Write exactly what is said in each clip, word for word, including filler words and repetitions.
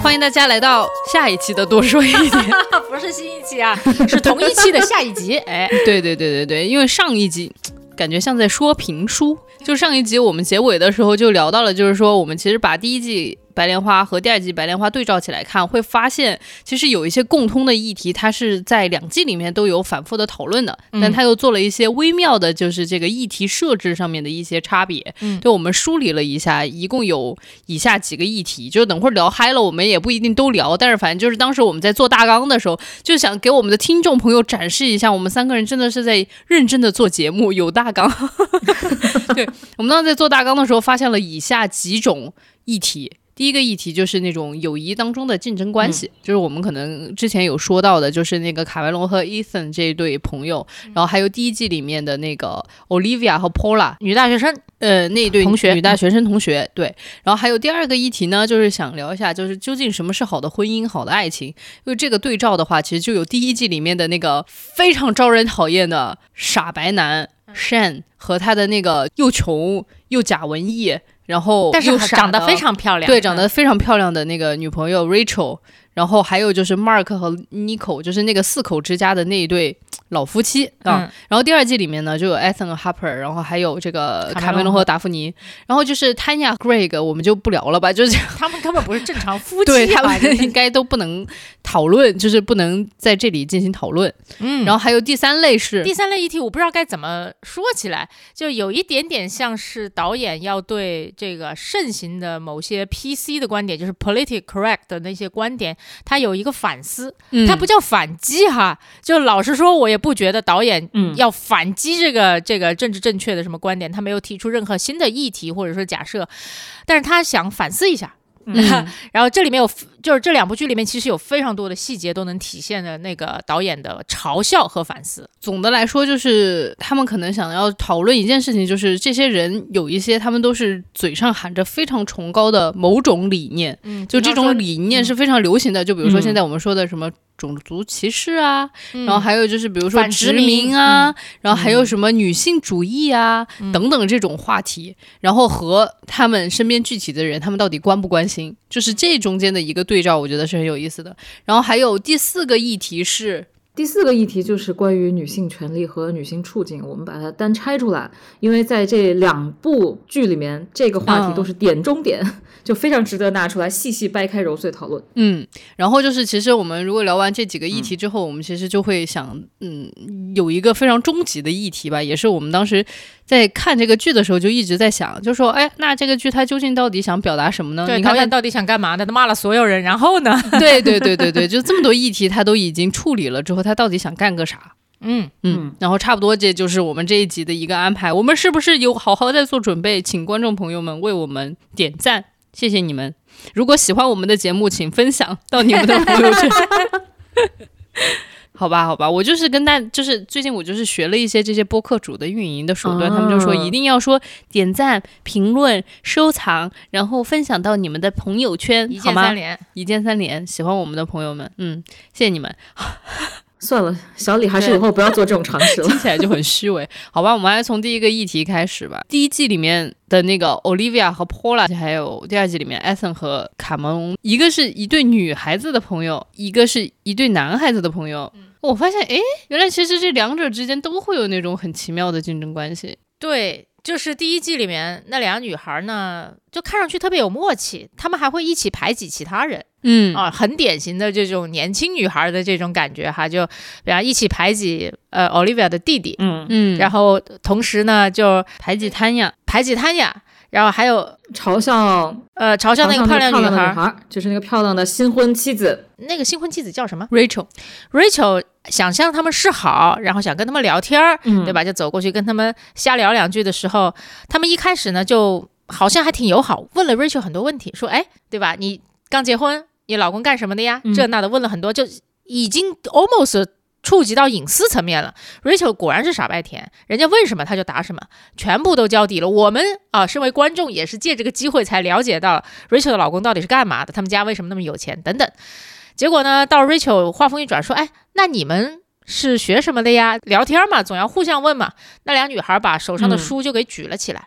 欢迎大家来到下一期的多说一点不是新一期啊，是同一期的下一集。哎， 对对对对对，因为上一集感觉像在说评书，就上一集我们结尾的时候就聊到了，就是说我们其实把第一季白莲花和第二季白莲花对照起来看，会发现其实有一些共通的议题，它是在两季里面都有反复的讨论的，但它又做了一些微妙的就是这个议题设置上面的一些差别。嗯，对，我们梳理了一下，一共有以下几个议题，就等会儿聊嗨了我们也不一定都聊，但是反正就是当时我们在做大纲的时候，就想给我们的听众朋友展示一下，我们三个人真的是在认真的做节目，有大纲对，我们当时在做大纲的时候发现了以下几种议题。第一个议题就是那种友谊当中的竞争关系、嗯、就是我们可能之前有说到的，就是那个卡梅隆和 Ethan 这一对朋友、嗯、然后还有第一季里面的那个 Olivia 和 Paula 女大学生呃，那一对同学女大学生同学、嗯、对。然后还有第二个议题呢，就是想聊一下就是究竟什么是好的婚姻好的爱情，因为这个对照的话其实就有第一季里面的那个非常招人讨厌的傻白男 Shane 和他的那个又穷又假文艺然后但是长得非常漂亮， 对，长得非常漂亮的那个女朋友 Rachel， 然后还有就是 Mark 和 Nico， 就是那个四口之家的那一对老夫妻啊、嗯。然后第二季里面呢就有 Ethan 和 Harper， 然后还有这个卡梅隆和达芙妮，然后就是 Tanya Greg 我们就不聊了吧，就是他们根本不是正常夫妻、啊、 对，他们应该都不能讨论，就是不能在这里进行讨论。嗯，然后还有第三类是第三类议题，我不知道该怎么说起来，就有一点点像是导演要对这个盛行的某些 P C 的观点，就是 politically correct 的那些观点，他有一个反思，他、嗯、不叫反击哈，就老实说我也不觉得导演要反击这个、嗯、这个政治正确的什么观点，他没有提出任何新的议题或者说假设，但是他想反思一下。嗯、然后这里面有就是这两部剧里面其实有非常多的细节都能体现的那个导演的嘲笑和反思。 总的来说就是他们可能想要讨论一件事情，就是这些人有一些他们都是嘴上喊着非常崇高的某种理念、嗯、就这种理念是非常流行的、嗯、就比如说现在我们说的什么种族歧视啊、嗯、然后还有就是比如说殖民啊、嗯、然后还有什么女性主义啊、嗯、等等这种话题，然后和他们身边具体的人他们到底关不关心，就是这中间的一个对照，我觉得是很有意思的。然后还有第四个议题是第四个议题就是关于女性权利和女性处境，我们把它单拆出来，因为在这两部剧里面这个话题都是点中点、嗯、就非常值得拿出来细细掰开揉碎讨论。 嗯，然后就是其实我们如果聊完这几个议题之后、嗯、我们其实就会想嗯，有一个非常终极的议题吧，也是我们当时在看这个剧的时候就一直在想，就说哎，那这个剧它究竟到底想表达什么呢？ 对， 你看导演到底想干嘛呢？他骂了所有人，然后呢？ 对对对对对，就这么多议题他都已经处理了之后，他到底想干个啥？ 嗯嗯，然后差不多这就是我们这一集的一个安排。我们是不是有好好在做准备？请观众朋友们为我们点赞，谢谢你们。如果喜欢我们的节目，请分享到你们的朋友圈。好吧好吧，我就是跟大就是最近我就是学了一些这些播客主的运营的手段、哦、他们就说一定要说点赞评论收藏然后分享到你们的朋友圈， 一键三连， 一键三连，喜欢我们的朋友们嗯，谢谢你们。 算了，小李还是以后不要做这种尝试了， 听起来就很虚伪。好吧，我们还是从第一个议题开始吧。第一季里面的那个 Olivia 和 Paula， 还有第二季里面 Ethan 和卡梅隆，一个是一对女孩子的朋友，一个是一对男孩子的朋友、嗯、我发现诶，原来其实这两者之间都会有那种很奇妙的竞争关系。 对，就是第一季里面那两个女孩呢就看上去特别有默契，她们还会一起排挤其他人。嗯啊，很典型的这种年轻女孩的这种感觉哈，就比方一起排挤呃 Olivia 的弟弟，嗯嗯，然后同时呢就排挤 Tanya， 排挤 Tanya， 然后还有嘲笑呃嘲笑那个漂亮女孩， 女孩就是那个漂亮的新婚妻子， 那个新婚妻子叫什么 ？Rachel，Rachel Rachel 想向他们示好，然后想跟他们聊天、嗯、对吧？就走过去跟他们瞎聊两句的时候，他们一开始呢就好像还挺友好，问了 Rachel 很多问题，说哎，对吧？你刚结婚。你老公干什么的呀、嗯、这那的问了很多，就已经 almost 触及到隐私层面了。 Rachel 果然是傻白甜，人家问什么他就答什么，全部都交底了。我们啊，身为观众也是借这个机会才了解到 Rachel 的老公到底是干嘛的，他们家为什么那么有钱等等。结果呢，到 Rachel 话锋一转说，哎，那你们是学什么的呀？聊天嘛，总要互相问嘛。那俩女孩把手上的书就给举了起来、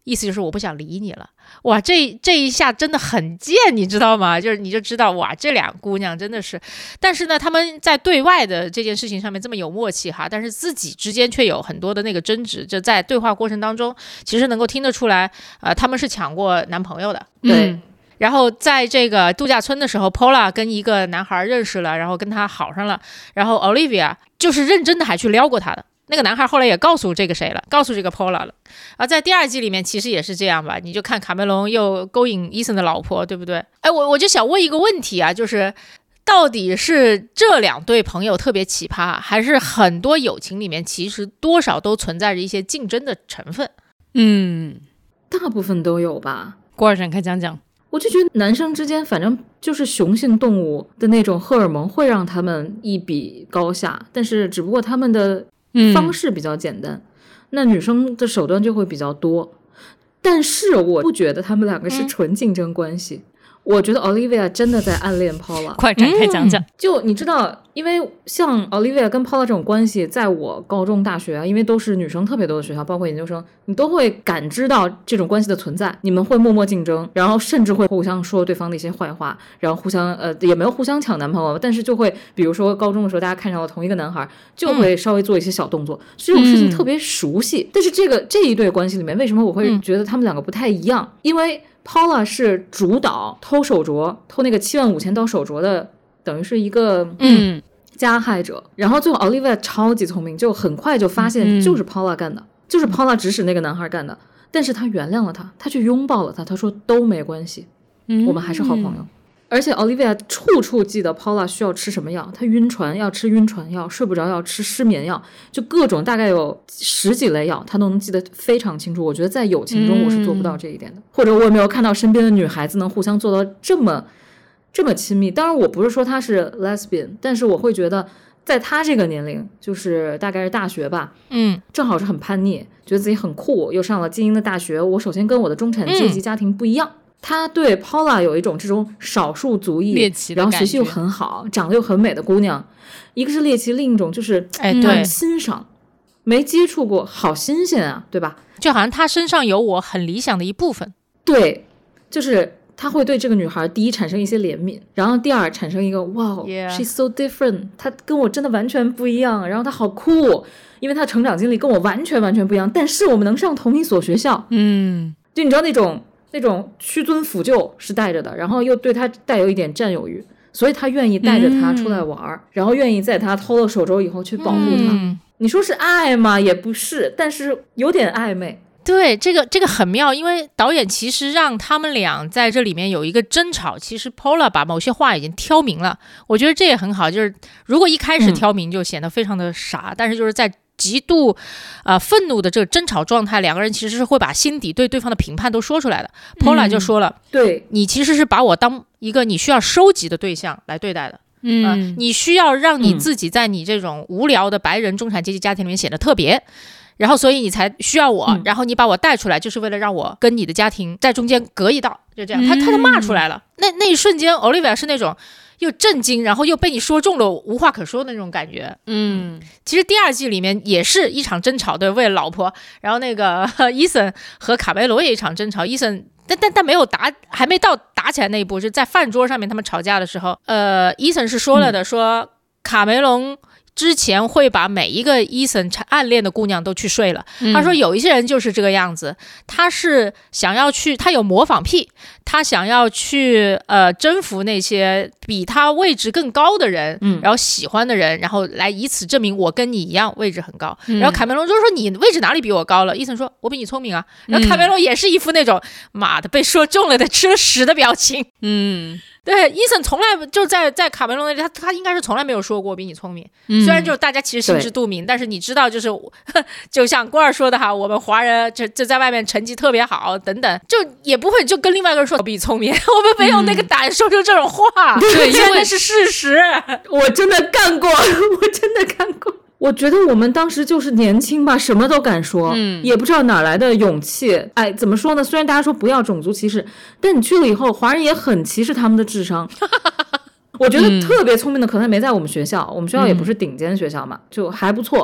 意思就是我不想理你了。哇，这这一下真的很贱，你知道吗？就是你就知道，哇，这俩姑娘真的是，但是呢，他们在对外的这件事情上面这么有默契哈，但是自己之间却有很多的那个争执，就在对话过程当中，其实能够听得出来，呃，他们是抢过男朋友的， 对。 嗯，然后在这个度假村的时候 Paula 跟一个男孩认识了，然后跟他好上了，然后 Olivia 就是认真的还去撩过他的。那个男孩后来也告诉这个谁了，告诉这个 Paula 了。而在第二季里面其实也是这样吧，你就看卡梅隆又勾引 Ethan 的老婆，对不对？哎，我我就想问一个问题啊，就是到底是这两对朋友特别奇葩，还是很多友情里面其实多少都存在着一些竞争的成分？ 嗯， 大部分都有吧。 郭二展开讲讲。 我就觉得男生之间反正就是雄性动物的那种荷尔蒙会让他们一比高下，但是只不过他们的方式比较简单、嗯、那女生的手段就会比较多。但是我不觉得他们两个是纯竞争关系、嗯、我觉得 Olivia 真的在暗恋 Paula。 快展开讲讲、嗯、 就你知道，因为像 Olivia 跟 Paula 这种关系，在我高中大学啊，因为都是女生特别多的学校，包括研究生，你都会感知到这种关系的存在，你们会默默竞争，然后甚至会互相说对方的一些坏话，然后互相呃也没有互相抢男朋友，但是就会比如说高中的时候大家看上了同一个男孩，就会稍微做一些小动作、嗯、这种事情特别熟悉、嗯、但是这个这一对关系里面为什么我会觉得他们两个不太一样、嗯、因为 Paula 是主导偷手镯，偷那个七万五千刀手镯的，等于是一个嗯加害者。然后最后 Olivia 超级聪明，就很快就发现就是 Paula 干的、嗯、就是 Paula 指使那个男孩干的，但是他原谅了他，他去拥抱了他，他说都没关系、嗯、我们还是好朋友。而且 Olivia 处处记得 Paula 需要吃什么药，她晕船要吃晕船药，睡不着要吃失眠药，就各种大概有十几类药她都能记得非常清楚。我觉得在友情中我是做不到这一点的、嗯、或者我也没有看到身边的女孩子能互相做到这么这么亲密。当然我不是说她是 lesbian， 但是我会觉得在她这个年龄，就是大概是大学吧， 嗯， 正好是很叛逆，觉得自己很酷，又上了精英的大学，我首先跟我的中产阶级家庭不一样、嗯，他对 Paula 有一种这种少数族裔猎奇的然后学习又很好长得又很美的姑娘，一个是猎奇，另一种就是哎，对， 欣赏，没接触过，好新鲜啊，对吧？ 就好像他身上有我很理想的一部分。 对，就是他会对这个女孩第一产生一些怜悯，然后第二产生一个哇、wow, yeah. she's so different， 她跟我真的完全不一样，然后她好酷，因为她成长经历跟我完全完全不一样，但是我们能上同一所学校。 嗯， 就你知道那种那种屈尊俯就是带着的，然后又对他带有一点占有欲，所以他愿意带着他出来玩、嗯、然后愿意在他偷了手镯以后去保护他、嗯、你说是爱吗？也不是，但是有点暧昧。 对，这个这个很妙，因为导演其实让他们俩在这里面有一个争吵，其实 Paula 把某些话已经挑明了，我觉得这也很好，就是如果一开始挑明就显得非常的傻、嗯、但是就是在极度呃愤怒的这个争吵状态，两个人其实是会把心底对对方的评判都说出来的。 Paula 就说了、 嗯、对， 你其实是把我当一个你需要收集的对象来对待的， 嗯、 呃，你需要让你自己在你这种无聊的白人中产阶级家庭里面显得特别、嗯、然后所以你才需要我、嗯、然后你把我带出来就是为了让我跟你的家庭在中间隔一道，就这样、嗯、他他就骂出来了。那那一瞬间 Olivia 是那种又震惊，然后又被你说中了，无话可说的那种感觉。 嗯， 其实第二季里面也是一场争吵，对，为了老婆，然后那个伊森和卡梅罗也一场争吵，伊森但但但没有打，还没到打起来那一步，就在饭桌上面他们吵架的时候，呃，伊森是说了的，嗯、说卡梅隆之前会把每一个伊森暗恋的姑娘都去睡了、嗯、他说有一些人就是这个样子，他是想要去，他有模仿癖，他想要去呃征服那些比他位置更高的人、嗯、然后喜欢的人，然后来以此证明我跟你一样位置很高、嗯、然后卡梅隆就说你位置哪里比我高了，伊森说我比你聪明啊，然后卡梅隆也是一副那种、嗯、妈的被说中了的吃了屎的表情。 嗯， 对，伊森从来就在在卡梅隆那里，他他应该是从来没有说过我比你聪明、嗯、虽然就大家其实心知肚明，但是你知道就是就像郭儿说的哈，我们华人就就在外面成绩特别好等等，就也不会就跟另外一个人说我比你聪明，我们没有那个胆说出这种话、嗯、对，因为是事实。 我真的干过我真的干过，我觉得我们当时就是年轻吧，什么都敢说、嗯、也不知道哪来的勇气。哎，怎么说呢，虽然大家说不要种族歧视，但你去了以后华人也很歧视他们的智商我觉得特别聪明的可能没在我们学校、嗯、我们学校也不是顶尖学校嘛、嗯、就还不错，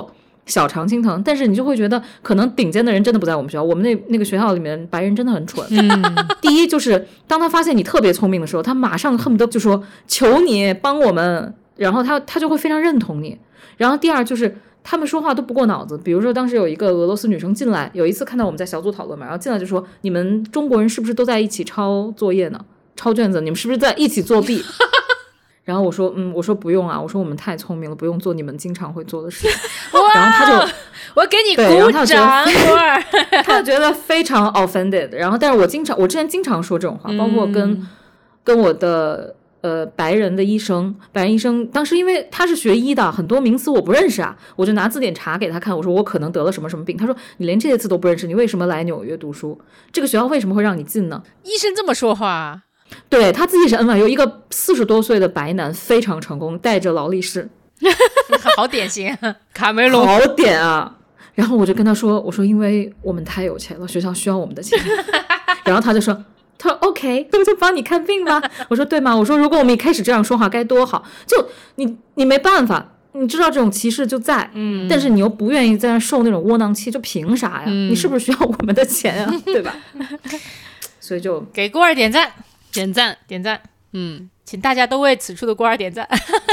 小常青藤，但是你就会觉得可能顶尖的人真的不在我们学校，我们那那个学校里面白人真的很蠢。 嗯， 第一就是当他发现你特别聪明的时候，他马上恨不得就说求你帮我们，然后他他就会非常认同你。然后第二就是他们说话都不过脑子，比如说当时有一个俄罗斯女生进来，有一次看到我们在小组讨论嘛，然后进来就说你们中国人是不是都在一起抄作业呢，抄卷子，你们是不是在一起作弊？然后我说嗯，我说不用啊，我说我们太聪明了，不用做你们经常会做的事。然后他就我给你鼓掌， 他就觉得非常 offended。然后但是我经常我之前经常说这种话，包括跟、嗯、跟我的呃白人的医生，白人医生当时因为他是学医的，很多名词我不认识啊，我就拿字典查给他看，我说我可能得了什么什么病，他说你连这些词都不认识，你为什么来纽约读书？这个学校为什么会让你进呢？ 医生这么说话？ 对，他自己是 N Y U 一个四十多岁的白男，非常成功，带着劳力士。 好典型， 卡梅隆好点啊。然后我就跟他说，我说因为我们太有钱了，学校需要我们的钱。然后他就说他说 OK， 那我就帮你看病吧。我说对吗？我说如果我们一开始这样说话该多好。就你你没办法，你知道这种歧视就在， 嗯， 但是你又不愿意在那受那种窝囊气，就凭啥呀、嗯、你是不是需要我们的钱啊？对吧？所以就给郭二点赞， 点赞点赞， 嗯， 请大家都为此处的郭二点赞。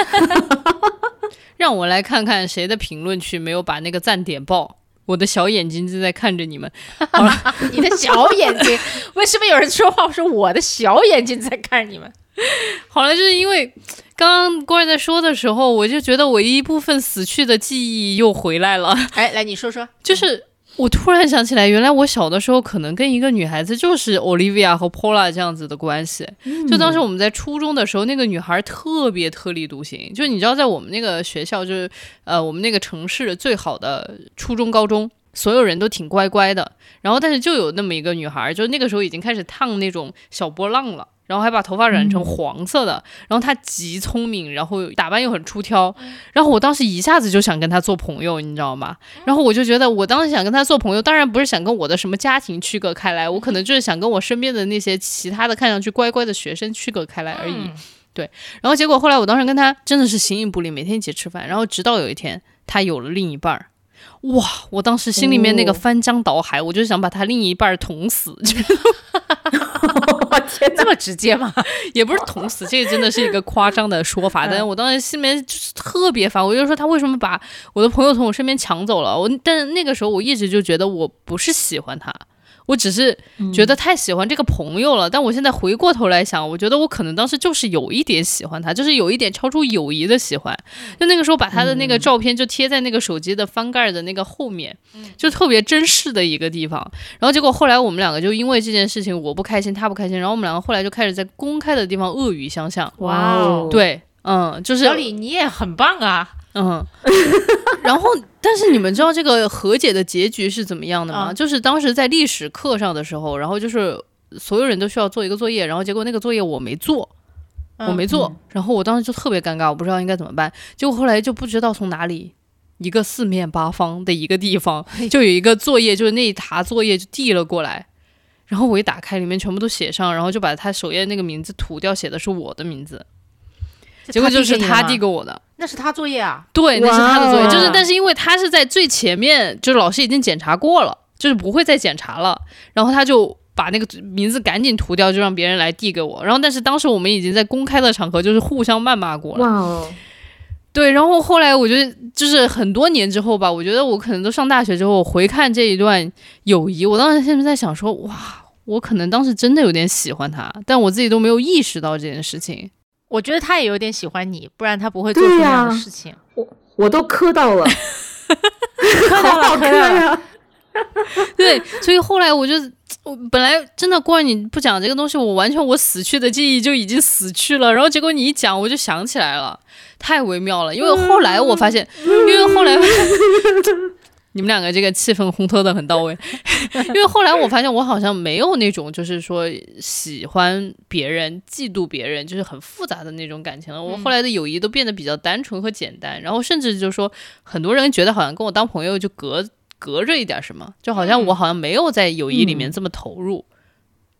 让我来看看谁的评论区没有把那个赞点爆，我的小眼睛正在看着你们。好了， 你的小眼睛，为什么有人说话说我的小眼睛在看着你们？ 好了，就是因为刚刚郭二在说的时候，我就觉得我一部分死去的记忆又回来了。 哎，来你说说， 就是我突然想起来，原来我小的时候可能跟一个女孩子就是 Olivia 和 Paula 这样子的关系、嗯、就当时我们在初中的时候，那个女孩特别特立独行，就你知道在我们那个学校，就是呃我们那个城市最好的初中高中，所有人都挺乖乖的，然后但是就有那么一个女孩，就那个时候已经开始烫那种小波浪了，然后还把头发染成黄色的、嗯、然后她极聪明，然后打扮又很出挑，然后我当时一下子就想跟她做朋友，你知道吗？然后我就觉得我当时想跟她做朋友，当然不是想跟我的什么家庭区隔开来，我可能就是想跟我身边的那些其他的看上去乖乖的学生区隔开来而已、嗯、对。然后结果后来我当时跟她真的是形影不离，每天一起吃饭，然后直到有一天她有了另一半，哇，我当时心里面那个翻江倒海、哦、我就想把他另一半捅死。 天，这么直接吗？ 也不是捅死，这个真的是一个夸张的说法，但是我当时心里面就是特别烦，我就说他为什么把我的朋友从我身边抢走了。我但是那个时候我一直就觉得我不是喜欢他，我只是觉得太喜欢这个朋友了、嗯、但我现在回过头来想，我觉得我可能当时就是有一点喜欢他，就是有一点超出友谊的喜欢。就那个时候把他的那个照片就贴在那个手机的翻盖的那个后面、嗯、就特别珍视的一个地方。然后结果后来我们两个就因为这件事情，我不开心他不开心，然后我们两个后来就开始在公开的地方恶语相向。 哇哦， 对，嗯，就是小李你也很棒啊。 嗯，然后但是你们知道这个和解的结局是怎么样的吗、嗯、就是当时在历史课上的时候，然后就是所有人都需要做一个作业，然后结果那个作业我没做我没做、嗯、然后我当时就特别尴尬，我不知道应该怎么办。结果后来就不知道从哪里一个四面八方的一个地方就有一个作业，就是那一沓作业就递了过来，然后我一打开里面全部都写上，然后就把他首页那个名字涂掉，写的是我的名字，结果就是他递给我的。 那是他作业啊？ 对，那是他的作业，就是但是因为他是在最前面，就是老师已经检查过了，就是不会再检查了，然后他就把那个名字赶紧涂掉，就让别人来递给我。然后但是当时我们已经在公开的场合就是互相谩骂过了。 哇哦， 对，然后后来我觉得就是很多年之后吧，我觉得我可能都上大学之后，我回看这一段友谊，我当时现在在想说，哇，我可能当时真的有点喜欢他，但我自己都没有意识到这件事情。 我觉得他也有点喜欢你，不然他不会做出这样的事情。 啊、我我都磕到了， 磕到了， 好磕呀！ 对，所以后来我就，我本来真的郭二你不讲这个东西，我完全我死去的记忆就已经死去了，然后结果你一讲，我就想起来了，太微妙了。因为后来我发现，因为后来你们两个这个气氛烘托的很到位，因为后来我发现我好像没有那种就是说喜欢别人、嫉妒别人，就是很复杂的那种感情了。我后来的友谊都变得比较单纯和简单，然后甚至就是说，很多人觉得好像跟我当朋友就隔隔着一点什么，就好像我好像没有在友谊里面这么投入。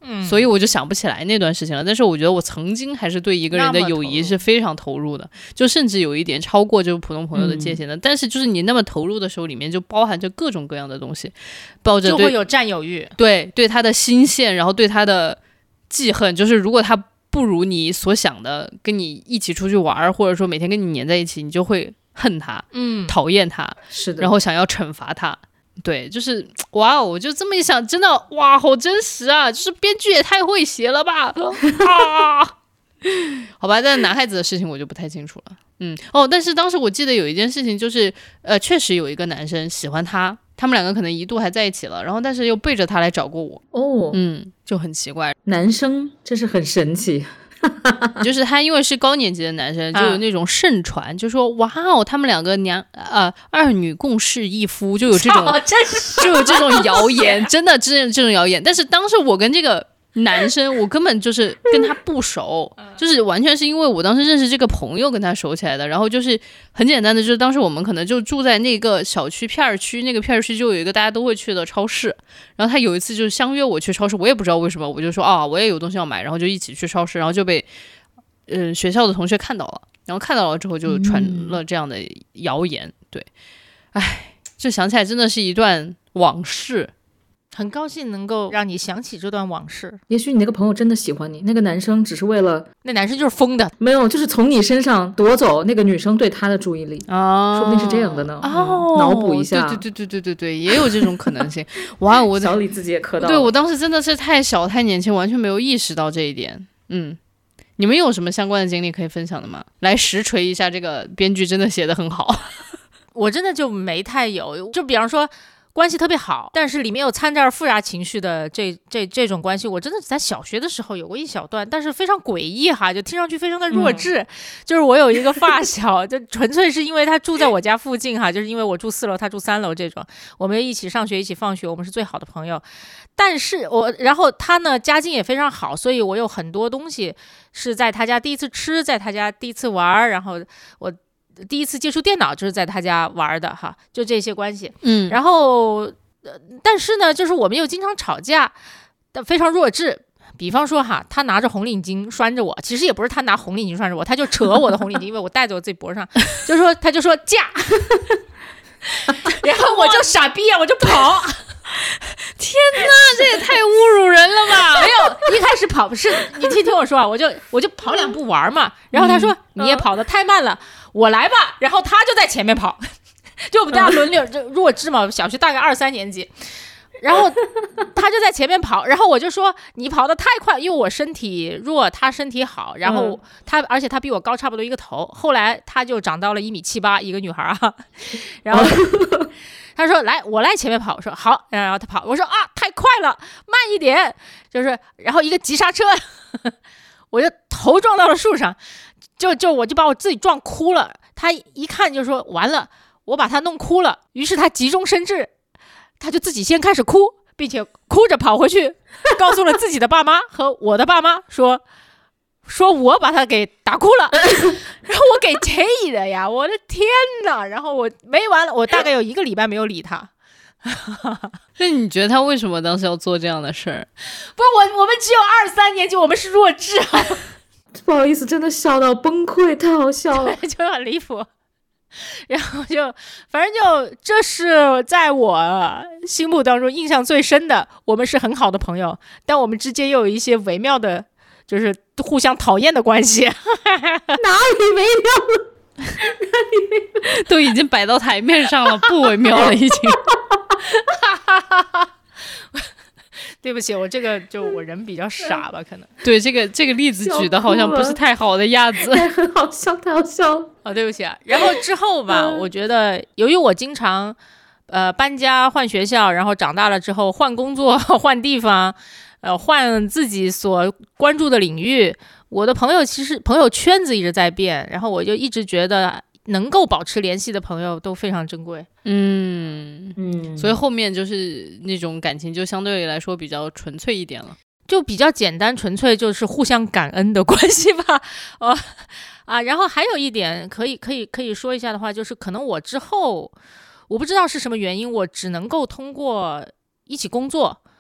嗯， 所以我就想不起来那段事情了。但是我觉得我曾经还是对一个人的友谊是非常投入的，就甚至有一点超过就是普通朋友的界限的、嗯、但是就是你那么投入的时候，里面就包含着各种各样的东西，抱着对就会有占有欲， 对对他的心线，然后对他的记恨，就是如果他不如你所想的跟你一起出去玩，或者说每天跟你黏在一起，你就会恨他， 嗯， 讨厌他， 是的， 然后想要惩罚他。对，就是哇哦，我就这么一想，真的哇，好真实啊！就是编剧也太会写了吧啊！好吧，但男孩子的事情我就不太清楚了。嗯，哦，但是当时我记得有一件事情，就是呃，确实有一个男生喜欢他，他们两个可能一度还在一起了，然后但是又背着他来找过我。 哦， 嗯，就很奇怪， 男生真是很神奇。 就是他因为是高年级的男生，就有那种盛传、啊、就说哇哦，他们两个娘呃二女共侍一夫，就有这种就有这种谣言，真的真的这种谣言。但是当时我跟这个男生，我根本就是跟他不熟，就是完全是因为我当时认识这个朋友跟他熟起来的。然后就是很简单的，就是当时我们可能就住在那个小区片区，那个片区就有一个大家都会去的超市。然后他有一次就相约我去超市，我也不知道为什么，我就说啊，我也有东西要买，然后就一起去超市，然后就被嗯、呃、学校的同学看到了，然后看到了之后就传了这样的谣言。对，哎，就想起来真的是一段往事。 很高兴能够让你想起这段往事。 也许你那个朋友真的喜欢你，那个男生只是为了那男生就是疯的， 没有，就是从你身上夺走那个女生对他的注意力啊， 说不定是这样的呢。 哦， 嗯、脑补一下， 对对对对对对对，也有这种可能性。哇，我小李自己也磕到了。 对，我当时真的是太小太年轻，完全没有意识到这一点。嗯，你们有什么相关的经历可以分享的吗？来实锤一下，这个编剧真的写得很好。 我真的就没太有，就比方说。关系特别好，但是里面有掺杂复杂情绪的这这这种关系，我真的在小学的时候有过一小段，但是非常诡异哈，就听上去非常的弱智。嗯、就是我有一个发小，就纯粹是因为他住在我家附近哈，就是因为我住四楼，他住三楼这种，我们一起上学，一起放学，我们是最好的朋友。但是我，然后他呢家境也非常好，所以我有很多东西是在他家第一次吃，在他家第一次玩，然后我。第一次接触电脑就是在他家玩的哈，就这些关系。 嗯， 然后，呃，但是呢，就是我们又经常吵架，但非常弱智。比方说哈，他拿着红领巾拴着我，其实也不是他拿红领巾拴着我，他就扯我的红领巾，因为我戴在我自己脖上，就说他就说嫁，然后我就傻逼啊，我就跑。 天哪，这也太侮辱人了吧！ 没有，一开始跑不是你听听我说啊，我就我就跑两步玩嘛。然后他说、嗯、你也跑得太慢了，我来吧。然后他就在前面跑，就我们大家轮流，就弱智嘛，小学大概二三年级。然后他就在前面跑，然后我就说你跑得太快，因为我身体弱，他身体好，然后他、嗯、而且他比我高差不多一个头。后来他就长到了一米七八，一个女孩啊。然后他说来，我来前面跑。我说好，然后他跑，我说啊太快了，慢一点。就是然后一个急刹车，我就头撞到了树上，就就我就把我自己撞哭了。他一看就说完了，我把他弄哭了。于是他急中生智。他就自己先开始哭，并且哭着跑回去，告诉了自己的爸妈和我的爸妈说，说我把他给打哭了，然后我给气的呀，我的天哪！然后我没完了，我大概有一个礼拜没有理他。 那你觉得他为什么当时要做这样的事儿？ 不是我，我们只有二三年级，我们是弱智啊！ 不好意思，真的笑到崩溃，太好笑了， 就很离谱。然后就反正就这是在我心目当中印象最深的，我们是很好的朋友，但我们之间又有一些微妙的就是互相讨厌的关系。哪里微妙了？哪里微妙？ 都已经摆到台面上了，不微妙了已经。 对不起，我这个就我人比较傻吧，可能。 对，这个这个例子举的好像不是太好的样子。 很好笑，太好笑了。 哦，对不起啊。然后之后吧，我觉得由于我经常呃搬家换学校，然后长大了之后换工作换地方，呃换自己所关注的领域，我的朋友其实朋友圈子一直在变，然后我就一直觉得能够保持联系的朋友都非常珍贵。 嗯嗯，所以后面就是那种感情就相对来说比较纯粹一点了， 就比较简单纯粹，就是互相感恩的关系吧。哦啊，然后还有一点可以可以可以说一下的话，就是可能我之后我不知道是什么原因，我只能够通过一起工作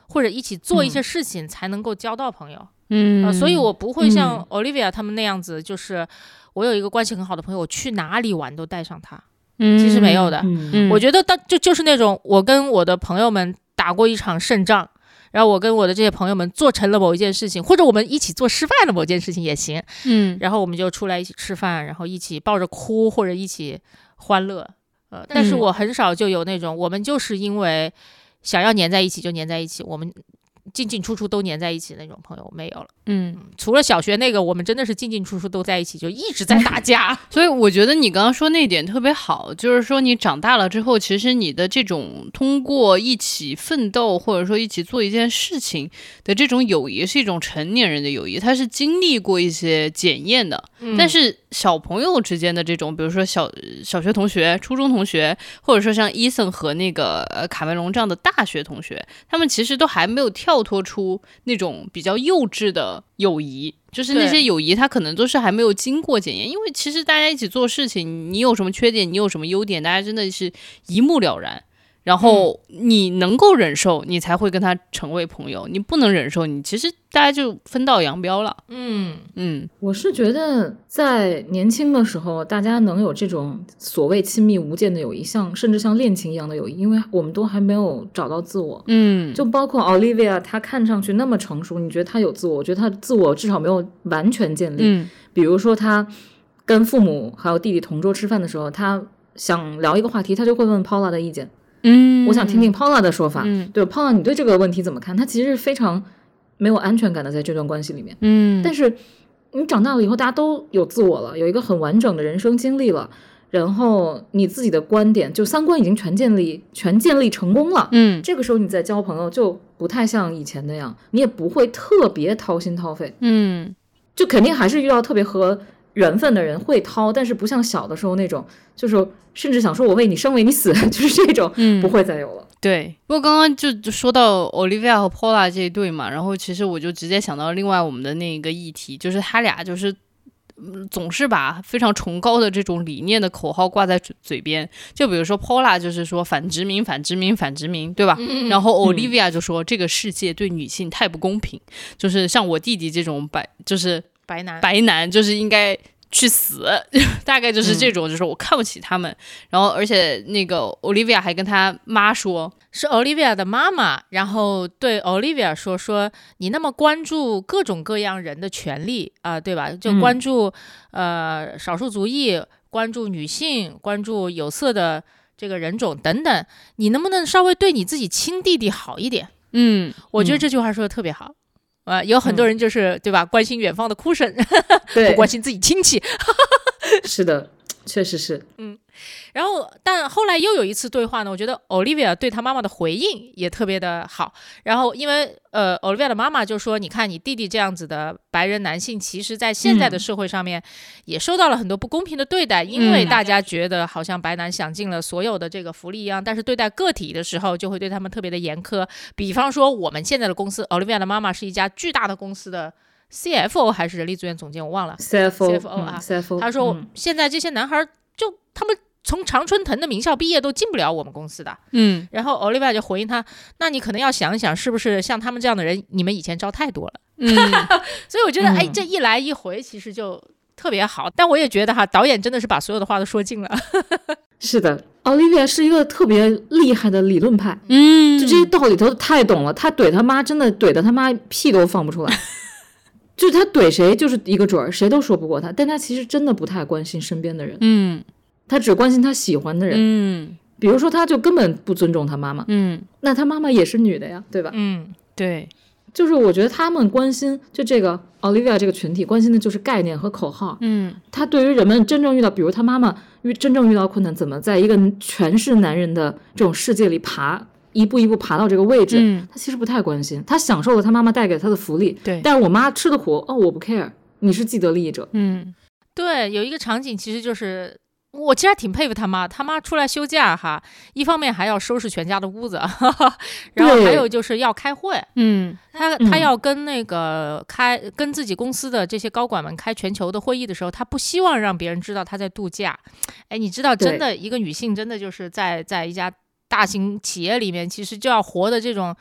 或者一起做一些事情才能够交到朋友。 嗯、 呃，所以我不会像 Olivia 他们那样子，就是我有一个关系很好的朋友，我去哪里玩都带上他。嗯，其实没有的。 嗯、 我觉得当就就是那种我跟我的朋友们打过一场胜仗，然后我跟我的这些朋友们做成了某一件事情，或者我们一起做示范了某件事情也行。嗯，然后我们就出来一起吃饭，然后一起抱着哭或者一起欢乐。呃，但是我很少就有那种、嗯、我们就是因为想要黏在一起就黏在一起，我们进进出出都黏在一起的那种朋友没有了。嗯，除了小学那个，我们真的是进进出出都在一起，就一直在打架。 所以我觉得你刚刚说那点特别好，就是说你长大了之后，其实你的这种通过一起奋斗或者说一起做一件事情的这种友谊是一种成年人的友谊，它是经历过一些检验的。嗯、但是小朋友之间的这种，比如说小小学同学、初中同学，或者说像伊森和那个呃卡梅隆这样的大学同学，他们其实都还没有跳脱出那种比较幼稚的友谊，就是那些友谊它可能都是还没有经过检验，因为其实大家一起做事情，你有什么缺点，你有什么优点，大家真的是一目了然，然后你能够忍受你才会跟他成为朋友，你不能忍受你其实大家就分道扬镳了。嗯嗯，我是觉得在年轻的时候大家能有这种所谓亲密无间的友谊，像甚至像恋情一样的友谊，因为我们都还没有找到自我。嗯，就包括 Olivia 她看上去那么成熟，你觉得她有自我，我觉得她自我至少没有完全建立。嗯，比如说她跟父母还有弟弟同桌吃饭的时候，她想聊一个话题，她就会问 Paula 的意见。嗯，我想听听 Paula 的说法。嗯，对 Paula 你对这个问题怎么看？她其实是非常没有安全感的在这段关系里面。嗯，但是你长大了以后大家都有自我了，有一个很完整的人生经历了，然后你自己的观点就三观已经全建立全建立成功了。嗯，这个时候你再交朋友就不太像以前那样，你也不会特别掏心掏肺。嗯，就肯定还是遇到特别合缘分的人会掏，但是不像小的时候那种就是甚至想说我为你生为你死，就是这种、嗯、不会再有了。对， 不过刚刚就说到 Olivia 和 Paula 这一对嘛，然后其实我就直接想到另外我们的那个议题，就是他俩就是总是把非常崇高的这种理念的口号挂在嘴边，就比如说 Paula 就是说反殖民反殖民反殖民，对吧、嗯、然后 Olivia 就说、嗯、这个世界对女性太不公平，就是像我弟弟这种白就是白男白男就是应该去死，大概就是这种、嗯、就是我看不起他们。然后而且那个 Olivia 还跟他妈说， 是 Olivia 的妈妈，然后对 Olivia 说说你那么关注各种各样人的权利啊、呃，对吧？就关注、嗯、呃少数族裔，关注女性，关注有色的这个人种等等，你能不能稍微对你自己亲弟弟好一点？嗯，我觉得这句话说的特别好。呃，有很多人就是、嗯、对吧，关心远方的哭声，不关心自己亲戚。 是的，确实是。 嗯，然后但后来又有一次对话呢，我觉得 Olivia 对她妈妈的回应也特别的好。然后因为呃 Olivia 的妈妈就说，你看你弟弟这样子的白人男性，其实在现在的社会上面也受到了很多不公平的对待、嗯、因为大家觉得好像白男享尽了所有的这个福利一样，但是对待个体的时候就会对他们特别的严苛。比方说我们现在的公司， Olivia 的妈妈是一家巨大的公司的C F O 还是人力资源总监，我忘了。 C F O, C F O 啊、 嗯、C F O 他说、嗯、现在这些男孩就他们从常春藤的名校毕业都进不了我们公司的。嗯，然后 Olivia 就回应他，那你可能要想一想是不是像他们这样的人你们以前招太多了。嗯所以我觉得、嗯、哎，这一来一回其实就特别好。但我也觉得哈，导演真的是把所有的话都说尽了。 是的， Olivia 是一个特别厉害的理论派。嗯，就这些道理都太懂了，他怼他妈真的怼的他妈屁都放不出来。就是他怼谁就是一个准儿，谁都说不过他，但他其实真的不太关心身边的人。嗯，他只关心他喜欢的人。嗯，比如说他就根本不尊重他妈妈。嗯，那他妈妈也是女的呀，对吧？ 嗯，对， 就是我觉得他们关心就这个 Olivia 这个群体关心的就是概念和口号。嗯，他对于人们真正遇到，比如他妈妈遇真正遇到困难，怎么在一个全是男人的这种世界里爬一步一步爬到这个位置、嗯、他其实不太关心，他享受了他妈妈带给他的福利。对，但是我妈吃的苦哦，我不 care， 你是既得利益者。 嗯，对，有一个场景其实就是我其实还挺佩服他妈，他妈出来休假哈，一方面还要收拾全家的屋子，哈哈，然后还有就是要开会。嗯，他他要跟那个开、嗯、跟自己公司的这些高管们开全球的会议的时候，他不希望让别人知道他在度假。哎，你知道真的一个女性真的就是在在一家大型企业里面其实就要活的这种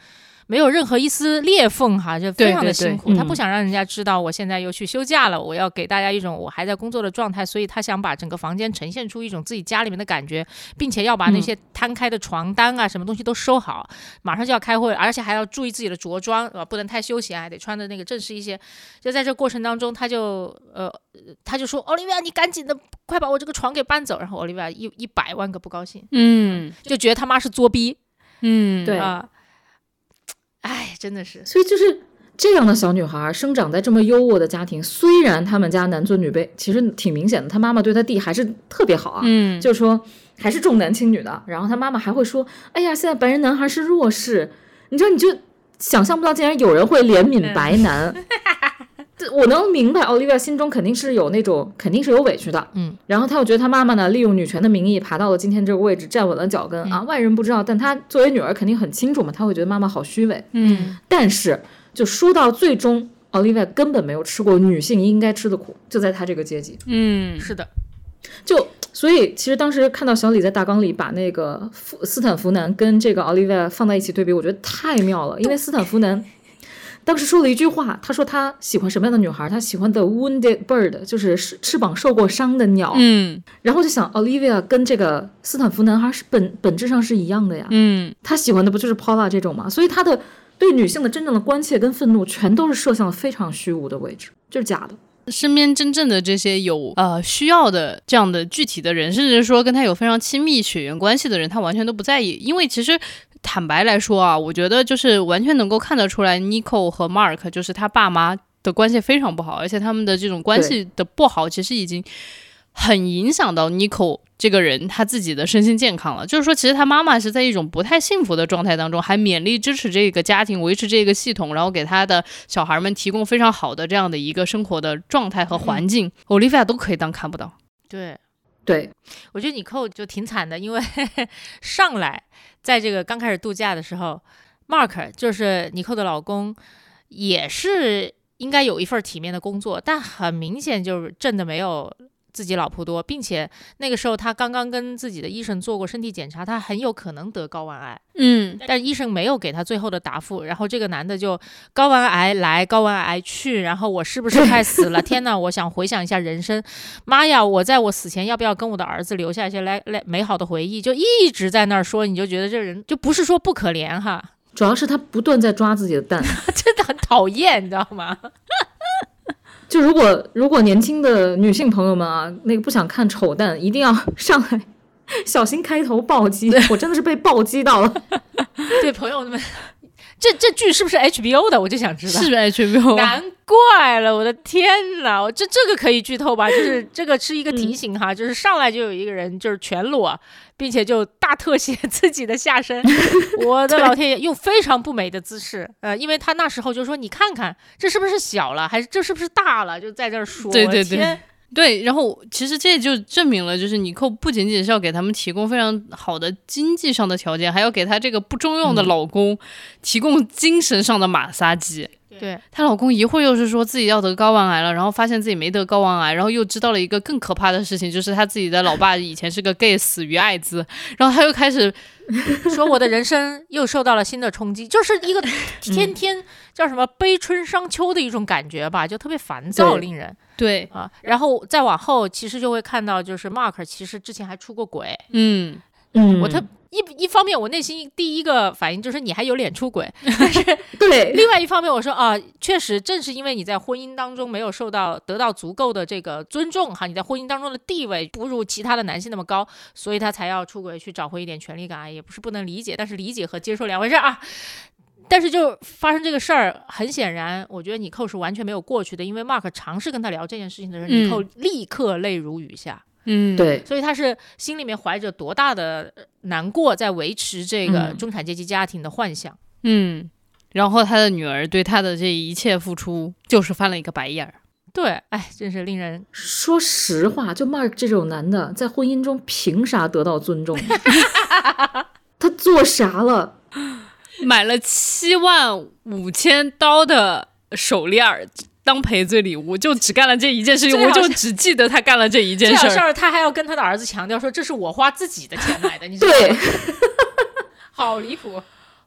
没有任何一丝裂缝哈，就非常的辛苦。 对对对他不想让人家知道我现在又去休假了，我要给大家一种我还在工作的状态，所以他想把整个房间呈现出一种自己家里面的感觉，并且要把那些摊开的床单啊、嗯、什么东西都收好，马上就要开会，而且还要注意自己的着装，不能太休闲，还得穿的那个正式一些。就在这过程当中，他就呃，他就说奥利维亚，你赶紧的，快把我这个床给搬走。然后奥利维亚一一百万个不高兴， 嗯， 就觉得他妈是作逼， 嗯， 对啊，哎，真的是， 所以就是这样的小女孩生长在这么优渥的家庭，虽然他们家男尊女卑，其实挺明显的，他妈妈对他弟还是特别好啊， 嗯， 就是说还是重男轻女的。然后他妈妈还会说，哎呀，现在白人男孩是弱势，你知道，你就想象不到竟然有人会怜悯白男。嗯我能明白奥利维亚心中肯定是有那种肯定是有委屈的， 嗯， 然后他又觉得他妈妈呢利用女权的名义爬到了今天这个位置，站稳了脚跟、嗯、啊，外人不知道，但他作为女儿肯定很清楚嘛，他会觉得妈妈好虚伪， 嗯， 但是就说到最终，奥利维亚根本没有吃过女性应该吃的苦，就在他这个阶级， 嗯， 是的， 就所以其实当时看到小李在大纲里把那个斯坦福南跟这个奥利维亚放在一起对比，我觉得太妙了，因为斯坦福南当时说了一句话，他说他喜欢什么样的女孩，他喜欢的 wounded bird， 就是翅膀受过伤的鸟。 嗯， 然后就想 Olivia 跟这个斯坦福男孩是本本质上是一样的呀。 嗯， 他喜欢的不就是 Paula 这种吗？所以他的对女性的真正的关切跟愤怒全都是射向了非常虚无的位置，就是假的。 身边真正的这些有呃需要的这样的具体的人，甚至说跟他有非常亲密血缘关系的人，他完全都不在意。因为其实坦白来说啊，我觉得就是完全能够看得出来 Nico 和 Mark 就是他爸妈的关系非常不好，而且他们的这种关系的不好其实已经很影响到 Nico 这个人他自己的身心健康了。就是说其实他妈妈是在一种不太幸福的状态当中，还勉力支持这个家庭，维持这个系统，然后给他的小孩们提供非常好的这样的一个生活的状态和环境、嗯、Olivia 都可以当看不到。 对对， 我觉得尼寇就挺惨的，因为上来在这个刚开始度假的时候 Mark 就是尼寇的老公也是应该有一份体面的工作，但很明显就是挣的没有自己老婆多，并且那个时候他刚刚跟自己的医生做过身体检查，他很有可能得睾丸癌， 嗯， 但医生没有给他最后的答复，然后这个男的就睾丸癌来睾丸癌去，然后我是不是快死了天哪，我想回想一下人生，妈呀，我在我死前要不要跟我的儿子留下一些来来美好的回忆，就一直在那儿说，你就觉得这人就不是说不可怜哈， 主要是他不断在抓自己的蛋真的很讨厌，你知道吗？ 就如果如果年轻的女性朋友们啊，那个不想看丑蛋，一定要上来小心开头暴击，我真的是被暴击到了。 对，朋友们，这这剧是不是 H B O 的？我就想知道。 是 H B O， 难怪了，我的天哪！我这这个可以剧透吧？就是这个是一个提醒哈，嗯、就是上来就有一个人就是全裸，并且就大特写自己的下身。我的老天爷，用非常不美的姿势，呃，因为他那时候就说：“你看看，这是不是小了，还是这是不是大了？”就在这儿说。 对对对。对，然后其实这就证明了，就是尼寇不仅仅是要给他们提供非常好的经济上的条件，还要给他这个不中用的老公、嗯、提供精神上的马杀鸡。 对， 她老公一会儿又是说自己要得睾丸癌了，然后发现自己没得睾丸癌，然后又知道了一个更可怕的事情，就是他自己的老爸以前是个 gay 死于艾滋，然后他又开始说我的人生又受到了新的冲击，就是一个天天叫什么悲春伤秋的一种感觉吧，就特别烦躁令人。 对啊，然后再往后其实就会看到，就是 Mark 其实之前还出过轨。 嗯嗯， 我特一一方面我内心第一个反应就是你还有脸出轨，但是对， 另外一方面我说啊，确实正是因为你在婚姻当中没有受到得到足够的这个尊重哈，你在婚姻当中的地位不如其他的男性那么高，所以他才要出轨去找回一点权利感，也不是不能理解，但是理解和接受两回事啊。但是就发生这个事儿，很显然我觉得尼寇是完全没有过去的，因为 Mark 尝试跟他聊这件事情的时候，尼寇立刻泪如雨下。 嗯， 对， 所以他是心里面怀着多大的难过，在维持这个中产阶级家庭的幻想。 嗯，然后他的女儿对他的这一切付出，就是翻了一个白眼儿。 对，哎，真是令人说实话，就 Mark 这种男的，在婚姻中凭啥得到尊重？他做啥了？ 买了七万五千刀的手链儿。当赔罪礼物，就只干了这一件事情，我就只记得他干了这一件事儿。 这事儿他还要跟他的儿子强调说，这是我花自己的钱买的，你知道吗？ 对， 好离谱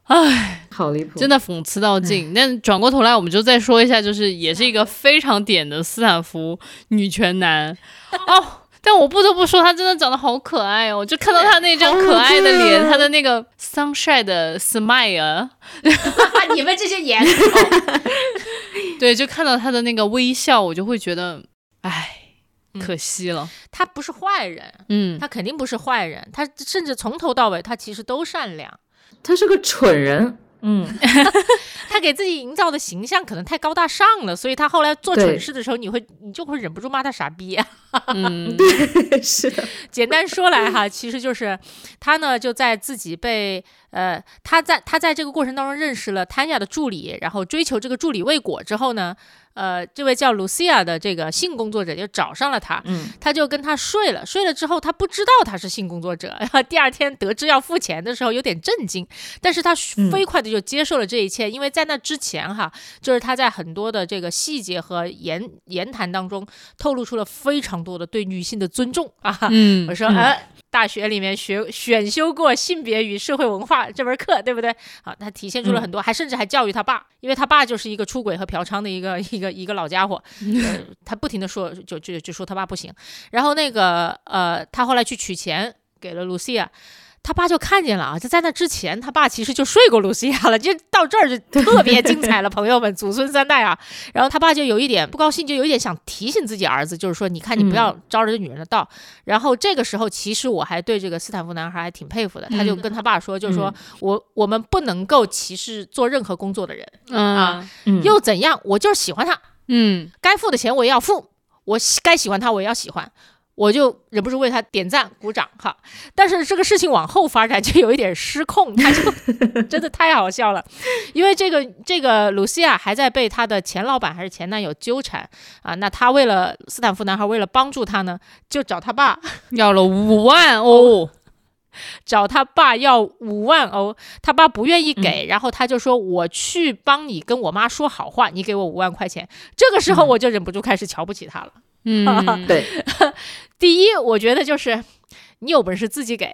唉， 好离谱， 真的讽刺到尽。但转过头来，我们就再说一下，就是也是一个非常点的斯坦福女权男哦。但我不得不说，他真的长得好可爱哦！就看到他那张可爱的脸，他的那个 sunshine 的 smile， 你们这些颜口， 对，就看到他的那个微笑，我就会觉得，唉。可惜了、嗯、 他不是坏人，嗯，他肯定不是坏人，他甚至从头到尾他其实都善良， 他是个蠢人，嗯， 他给自己营造的形象可能太高大上了，所以他后来做蠢事的时候，你会你就会忍不住骂他傻逼啊。 嗯，对，是的。 简单说来哈，其实就是他呢就在自己被呃他在他在这个过程当中认识了谭雅的助理，然后追求这个助理未果之后呢。呃，这位叫 Lucia 的这个性工作者就找上了他，嗯，他就跟他睡了，睡了之后他不知道他是性工作者，第二天得知要付钱的时候有点震惊，但是他飞快的就接受了这一切，嗯、因为在那之前哈，就是他在很多的这个细节和言言谈当中透露出了非常多的对女性的尊重啊，嗯，我说哎。嗯大学里面学选修过性别与社会文化这门课，对不对？好，他体现出了很多，嗯、还甚至还教育他爸，因为他爸就是一个出轨和嫖娼的一个一个一个老家伙，呃、他不停的说，就就就说他爸不行。然后那个呃，他后来去取钱给了 Lucia。他爸就看见了啊，就在那之前他爸其实就睡过露西亚了，就到这儿就特别精彩了朋友们，祖孙三代啊。然后他爸就有一点不高兴，就有一点想提醒自己儿子，就是说你看你不要招着这女人的道、嗯、然后这个时候其实我还对这个斯坦福男孩还挺佩服的，他就跟他爸说，就是说、嗯、我我们不能够歧视做任何工作的人、嗯、啊、嗯，又怎样，我就是喜欢他，嗯，该付的钱我也要付，我该喜欢他我也要喜欢，我就忍不住为他点赞鼓掌哈，但是这个事情往后发展就有一点失控，他就真的太好笑了，因为这个这个露西亚还在被他的前老板还是前男友纠缠啊，那他为了斯坦福男孩为了帮助他呢，就找他爸要了五万欧。 找他爸要五万欧，他爸不愿意给、嗯、然后他就说我去帮你跟我妈说好话，你给我五万块钱。这个时候我就忍不住开始瞧不起他了。 嗯，对。 第一，我觉得就是你有本事自己给。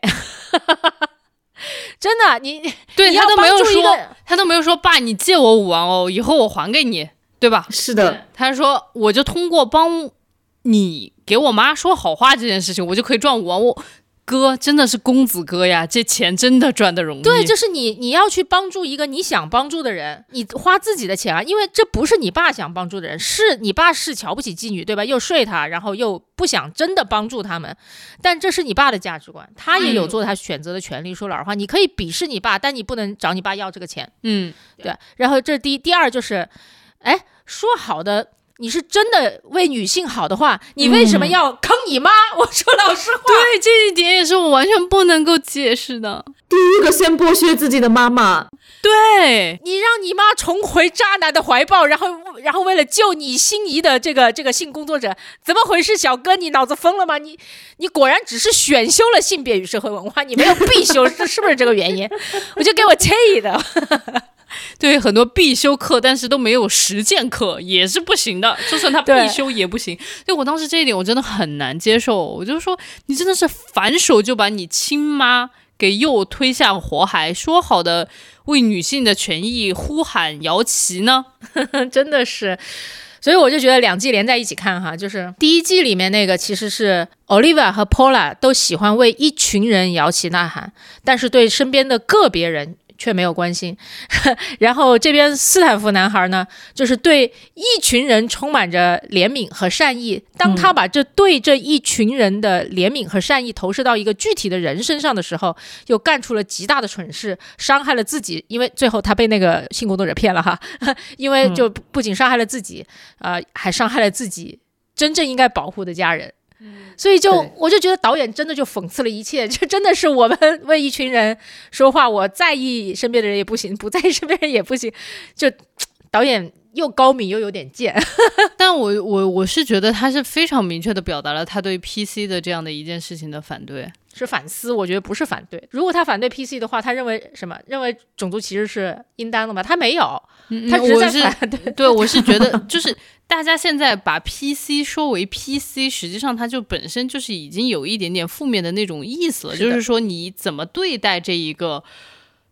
真的，你对你他都没有说，他都没有说爸，你借我五万欧，以后我还给你，对吧？ 是的， 他说我就通过帮你给我妈说好话这件事情，我就可以赚五万欧。哥真的是公子哥呀，这钱真的赚得容易。 对，就是你你要去帮助一个你想帮助的人，你花自己的钱啊，因为这不是你爸想帮助的人，是你爸是瞧不起妓女，对吧？又睡他，然后又不想真的帮助他们，但这是你爸的价值观，他也有做他选择的权利。嗯、说老实话，你可以鄙视你爸，但你不能找你爸要这个钱。嗯，对。然后这是第一，第二就是，哎，说好的。你是真的为女性好的话，你为什么要坑你妈、嗯、我说老实话， 对，这一点也是我完全不能够解释的。 第一个先剥削自己的妈妈， 对， 你让你妈重回渣男的怀抱，然后然后为了救你心仪的这个这个性工作者，怎么回事？小哥你脑子疯了吗？你你果然只是选修了性别与社会文化，你没有必修，这是不是这个原因？我就给我气的。 对，很多必修课但是都没有实践课也是不行的，就算他必修也不行。对，我当时这一点我真的很难接受，我就说你真的是反手就把你亲妈给又推向火海，说好的为女性的权益呼喊摇旗呢？ 真的是。所以我就觉得两季连在一起看哈，就是第一季里面那个其实是 Olivia 和 Paula 都喜欢为一群人摇旗呐喊，但是对身边的个别人却没有关心。然后这边斯坦福男孩呢，就是对一群人充满着怜悯和善意，当他把这对这一群人的怜悯和善意投射到一个具体的人身上的时候，又干出了极大的蠢事，伤害了自己，因为最后他被那个性工作者骗了哈，因为就不仅伤害了自己，呃，还伤害了自己真正应该保护的家人。所以就我就觉得导演真的就讽刺了一切，就真的是我们为一群人说话，我在意身边的人也不行，不在意身边人也不行，就导演又高明又有点贱。 但我我我是觉得他是非常明确的表达了他对 P C 的这样的一件事情的反对， 是反思，我觉得不是反对。如果他反对 P C 的话，他认为什么？认为种族歧视是应当的吗？他没有，他只是在反对。 嗯、对，我是觉得就是大家现在把 P C 说为 P C， 实际上它就本身就是已经有一点点负面的那种意思了，是就是说你怎么对待这一个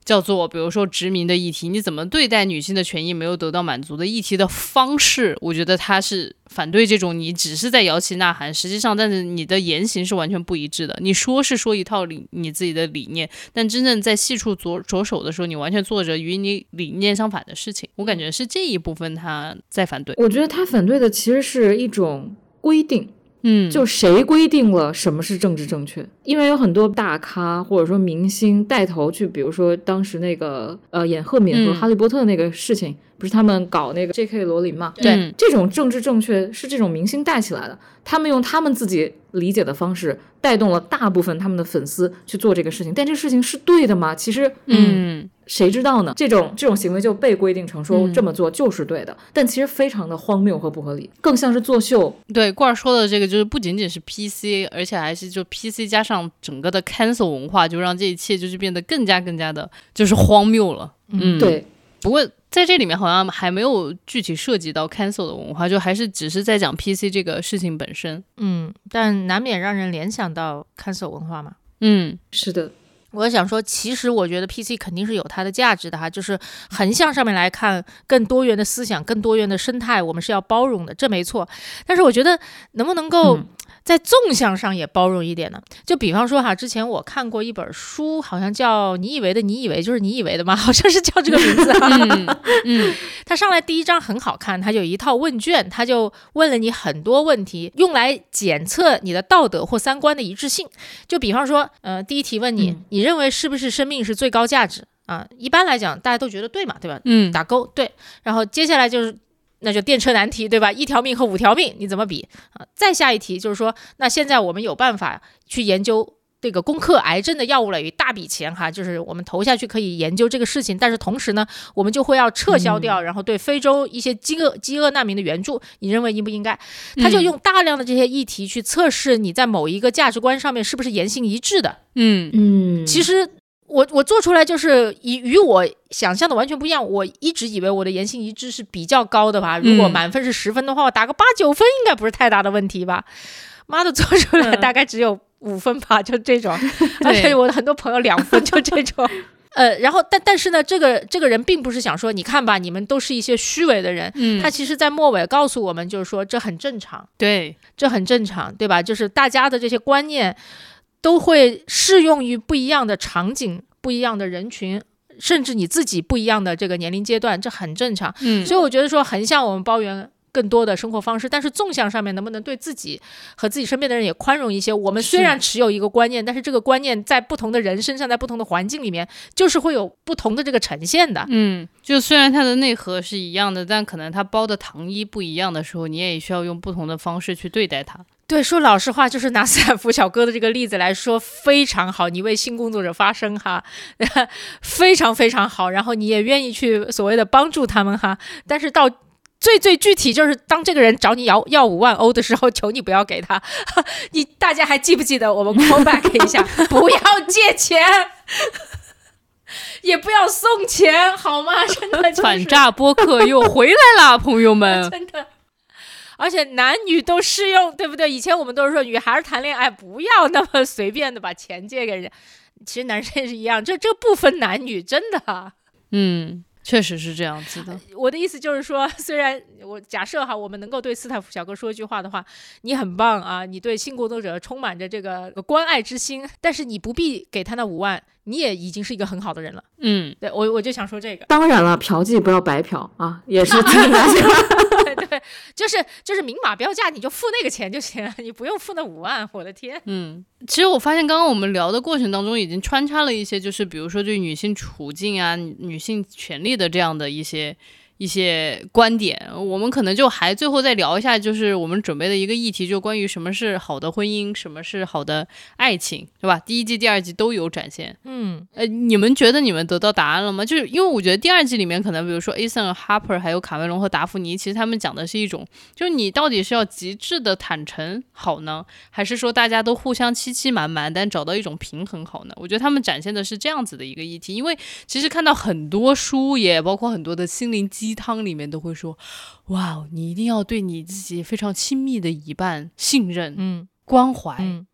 叫做比如说殖民的议题，你怎么对待女性的权益没有得到满足的议题的方式，我觉得他是反对这种你只是在摇旗呐喊，实际上但是你的言行是完全不一致的。你说是说一套理你自己的理念，但真正在细处着着手的时候，你完全做着与你理念相反的事情。我感觉是这一部分他在反对。 我觉得他反对的其实是一种规定， 嗯， 就谁规定了什么是政治正确？因为有很多大咖或者说明星带头去，比如说当时那个呃演赫敏和哈利波特那个事情，嗯、不是他们搞那个 J K 罗琳嘛？ 对， 这种政治正确是这种明星带起来的，他们用他们自己理解的方式带动了大部分他们的粉丝去做这个事情，但这事情是对的吗？其实，嗯。谁知道呢？这种这种行为就被规定成说这么做就是对的、嗯、但其实非常的荒谬和不合理，更像是作秀。 对，罐儿说的这个就是不仅仅是 P C， 而且还是就 P C 加上整个的 cancel 文化，就让这一切就是变得更加更加的就是荒谬了。嗯， 对。 不过在这里面好像还没有具体涉及到 cancel 的文化，就还是只是在讲 P C 这个事情本身。 嗯，但难免让人联想到 cancel 文化嘛。 嗯， 是的。 我想说，其实我觉得 P C 肯定是有它的价值的哈，就是横向上面来看，更多元的思想、更多元的生态，我们是要包容的，这没错。但是我觉得能不能够在纵向上也包容一点呢？嗯、就比方说哈，之前我看过一本书，好像叫《你以为的你以为就是你以为的吗》，好像是叫这个名字哈。 嗯嗯， 他上来第一章很好看，他就有一套问卷，他就问了你很多问题，用来检测你的道德或三观的一致性。就比方说，呃，第一题问你，嗯、你认为是不是生命是最高价值啊？一般来讲，大家都觉得对嘛，对吧？ 嗯， 打勾对。然后接下来就是。那就电车难题，对吧？一条命和五条命，你怎么比啊？再下一题就是说，那现在我们有办法去研究这个攻克癌症的药物了，有一大笔钱哈，就是我们投下去可以研究这个事情，但是同时呢，我们就会要撤销掉，嗯、然后对非洲一些饥饿饥饿难民的援助，你认为应不应该？他就用大量的这些议题去测试你在某一个价值观上面是不是言行一致的。 嗯嗯， 其实。我我做出来就是与与我想象的完全不一样，我一直以为我的言行一致是比较高的吧，如果满分是十分的话，我打个八九分应该不是太大的问题吧。妈的，做出来大概只有五分吧，嗯、就这种，而且我的很多朋友两分，就这种。呃，然后但但是呢，这个这个人并不是想说，你看吧，你们都是一些虚伪的人。嗯，他其实在末尾告诉我们，就是说这很正常， 对， 这很正常，对吧？就是大家的这些观念。都会适用于不一样的场景、不一样的人群，甚至你自己不一样的这个年龄阶段，这很正常。嗯，所以我觉得说横向我们包圆更多的生活方式，但是纵向上面能不能对自己和自己身边的人也宽容一些？我们虽然持有一个观念，但是这个观念在不同的人身上，在不同的环境里面，就是会有不同的这个呈现的。 嗯，就虽然它的内核是一样的，但可能它包的糖衣不一样的时候，你也需要用不同的方式去对待它。 对，说老实话，就是拿斯坦福小哥的这个例子来说，非常好，你为性工作者发声哈，非常非常好，然后你也愿意去所谓的帮助他们哈，但是到最最具体就是当这个人找你要要五万欧的时候，求你不要给他。你大家还记不记得我们 call back 一下，不要借钱。也不要送钱好吗？真的、就是、 反诈播客又回来了朋友们。 真的，而且男女都适用，对不对？以前我们都是说女孩谈恋爱不要那么随便的把钱借给人，其实男生也是一样，这这不分男女，真的。 嗯，确实是这样子的。 我的意思就是说，虽然我假设哈，我们能够对斯坦福小哥说一句话的话，你很棒啊，你对性工作者充满着这个关爱之心，但是你不必给他那五万，你也已经是一个很好的人了。 嗯， 对，我我就想说这个。 当然了，嫖妓不要白嫖啊，也是挺难的。 对对，就是就是明码标价，你就付那个钱就行了，你不用付那五万。我的天。 嗯，其实我发现刚刚我们聊的过程当中，已经穿插了一些，就是比如说对女性处境啊、女性权利的这样的一些。一些观点，我们可能就还最后再聊一下，就是我们准备的一个议题，就关于什么是好的婚姻，什么是好的爱情，对吧？第一季、第二季都有展现。 嗯， 呃，你们觉得你们得到答案了吗？就是因为我觉得第二季里面，可能比如说 Ethan、Harper 还有卡梅隆和达芙妮，其实他们讲的是一种，就是你到底是要极致的坦诚好呢，还是说大家都互相欺欺瞒瞒，但找到一种平衡好呢？我觉得他们展现的是这样子的一个议题，因为其实看到很多书，也包括很多的心灵鸡汤里面都会说，哇，你一定要对你自己非常亲密的一半信任、嗯、关怀、嗯、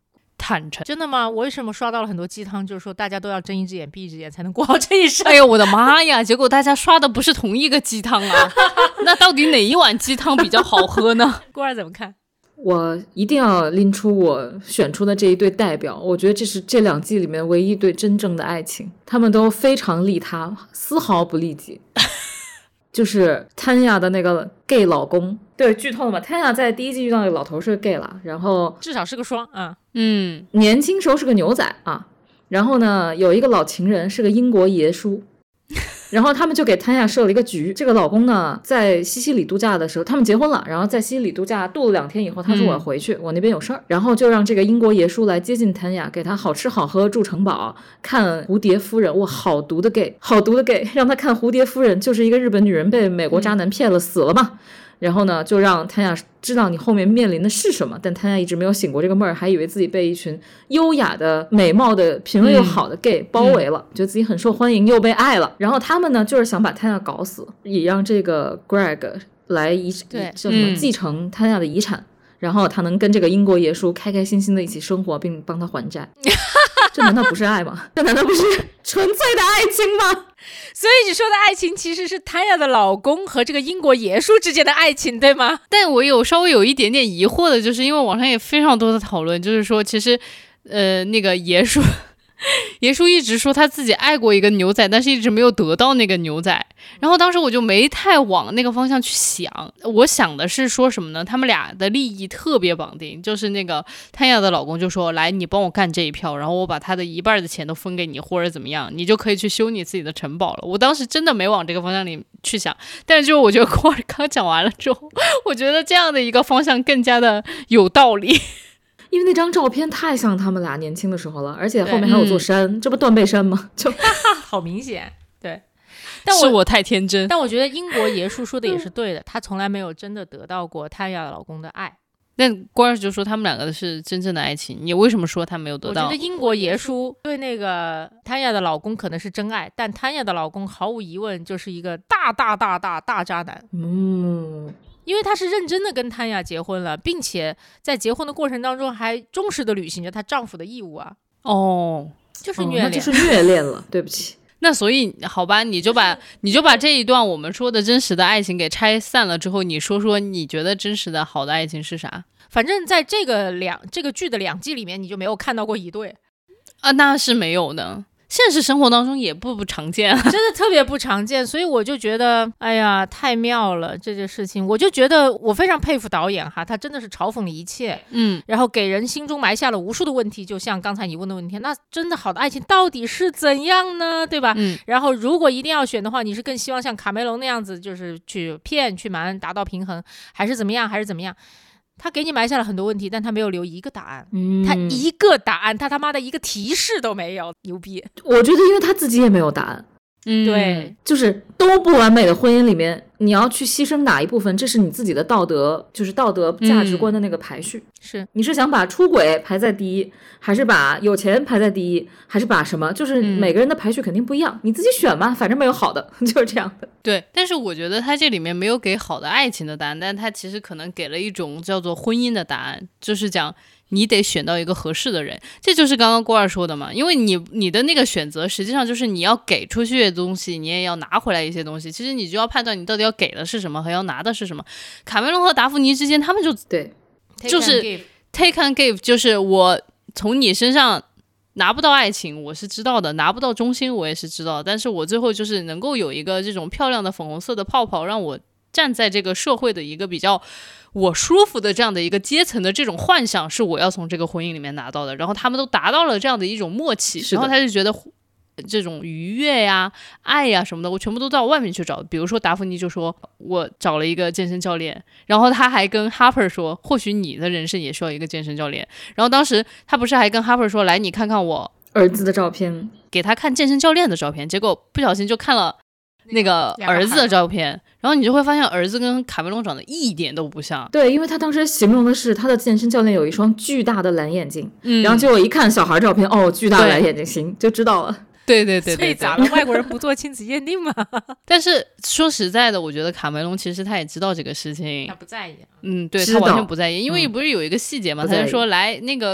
坦诚。 真的吗？我为什么刷到了很多鸡汤，就是说大家都要睁一只眼闭一只眼才能过好这一生？ 哎呦我的妈呀，结果大家刷的不是同一个鸡汤啊那到底哪一碗鸡汤比较好喝呢？ 郭儿怎么看？ 我一定要拎出我选出的这一对代表，我觉得这是这两季里面唯一对真正的爱情，他们都非常利他，丝毫不利己。就是谭雅的那个 gay 老公，对，剧透了嘛？谭雅在第一季遇到那个老头是个 gay 了，然后至少是个双啊， 嗯， 年轻时候是个牛仔啊，然后呢有一个老情人是个英国爷叔。然后他们就给谭雅设了一个局，这个老公呢在西西里度假的时候，他们结婚了，然后在西西里度假度了两天以后，他说我要回去、嗯、我那边有事儿，然后就让这个英国爷叔来接近谭雅，给他好吃好喝住城堡，看蝴蝶夫人。哇，好毒的 gay， 好毒的 gay， 让他看蝴蝶夫人，就是一个日本女人被美国渣男骗了、嗯、死了嘛。然后呢就让谭雅知道你后面面临的是什么，但谭雅一直没有醒过这个闷儿，还以为自己被一群优雅的美貌的品味又好的 gay 包围了、嗯、觉得自己很受欢迎又被爱了。然后他们呢就是想把谭雅搞死，也让这个 Greg 来遗叫什么、嗯、继承谭雅的遗产，然后他能跟这个英国爷叔开开心心的一起生活并帮他还债这难道不是爱吗？这难道不是纯粹的爱情吗？ 所以你说的爱情其实是谭雅的老公和这个英国爷叔之间的爱情，对吗？ 但我有稍微有一点点疑惑的，就是因为网上也非常多的讨论，就是说其实呃那个爷叔爷叔一直说他自己爱过一个牛仔，但是一直没有得到那个牛仔。然后当时我就没太往那个方向去想，我想的是说什么呢？他们俩的利益特别绑定，就是那个谭雅的老公就说来你帮我干这一票，然后我把他的一半的钱都分给你，或者怎么样，你就可以去修你自己的城堡了。我当时真的没往这个方向里去想，但是就是我觉得郭尔刚讲完了之后，我觉得这样的一个方向更加的有道理。 因为那张照片太像他们俩年轻的时候了，而且后面还有座山、嗯、这不断背山吗？就好明显。对，但我是我太天真。 但我觉得英国爷叔说的也是对的，他从来没有真的得到过谭雅老公的爱。 但关儿就说他们两个是真正的爱情，你为什么说他没有得到？ 我觉得英国爷叔对那个谭雅的老公可能是真爱，但谭雅的老公毫无疑问就是一个大大大大大渣男。 嗯， 因为他是认真的跟谭雅结婚了，并且在结婚的过程当中还忠实的履行着她丈夫的义务啊。 哦， 就是虐恋、哦、 那就是虐恋了对不起。 那所以好吧，你就把你就把这一段我们说的真实的爱情给拆散了之后，你说说你觉得真实的好的爱情是啥？ 反正在这个两这个剧的两季里面，你就没有看到过一对啊？那是没有的，现实生活当中也不不常见、啊、 真的特别不常见。所以我就觉得哎呀太妙了这件事情。我就觉得我非常佩服导演哈，他真的是嘲讽了一切， 嗯， 然后给人心中埋下了无数的问题，就像刚才你问的问题，那真的好的爱情到底是怎样呢，对吧、 嗯、 然后如果一定要选的话，你是更希望像卡梅隆那样子就是去骗去瞒达到平衡，还是怎么样还是怎么样？他给你埋下了很多问题，但他没有留一个答案、嗯、他一个答案他他妈的一个提示都没有，牛逼。 我觉得因为他自己也没有答案。 嗯，对， 就是都不完美的婚姻里面，你要去牺牲哪一部分，这是你自己的道德，就是道德价值观的那个排序、 嗯、是你是想把出轨排在第一，还是把有钱排在第一，还是把什么，就是每个人的排序肯定不一样、嗯、你自己选嘛，反正没有好的就是这样的。 对，但是我觉得他这里面没有给好的爱情的答案，但他其实可能给了一种叫做婚姻的答案，就是讲你得选到一个合适的人。这就是刚刚郭二说的嘛，因为你你的那个选择实际上就是你要给出去的东西，你也要拿回来一些东西，其实你就要判断你到底要给的是什么和要拿的是什么。卡梅隆和达芙妮之间他们就对， 就是 take and give， 就是我从你身上拿不到爱情我是知道的，拿不到忠心我也是知道的，但是我最后就是能够有一个这种漂亮的粉红色的泡泡，让我站在这个社会的一个比较我舒服的这样的一个阶层的这种幻想是我要从这个婚姻里面拿到的。然后他们都达到了这样的一种默契，然后他就觉得这种愉悦呀爱呀什么的我全部都到外面去找。比如说达芙妮就说我找了一个健身教练，然后他还跟 Harper 说或许你的人生也需要一个健身教练。然后当时他不是还跟 Harper 说来你看看我儿子的照片， 给他看健身教练的照片，结果不小心就看了那个儿子的照片，然后你就会发现儿子跟卡梅隆长得一点都不像。 对，因为他当时形容的是他的健身教练有一双巨大的蓝眼睛、嗯、然后结果一看小孩照片，哦，巨大的蓝眼睛，行就知道了。 对对对 对, 对，所以咋了？外国人不做亲子鉴定吗？ 但是说实在的，我觉得卡梅隆其实他也知道这个事情， 他不在意、啊。 嗯，对，他完全不在意，因为不是有一个细节嘛，他就说来那个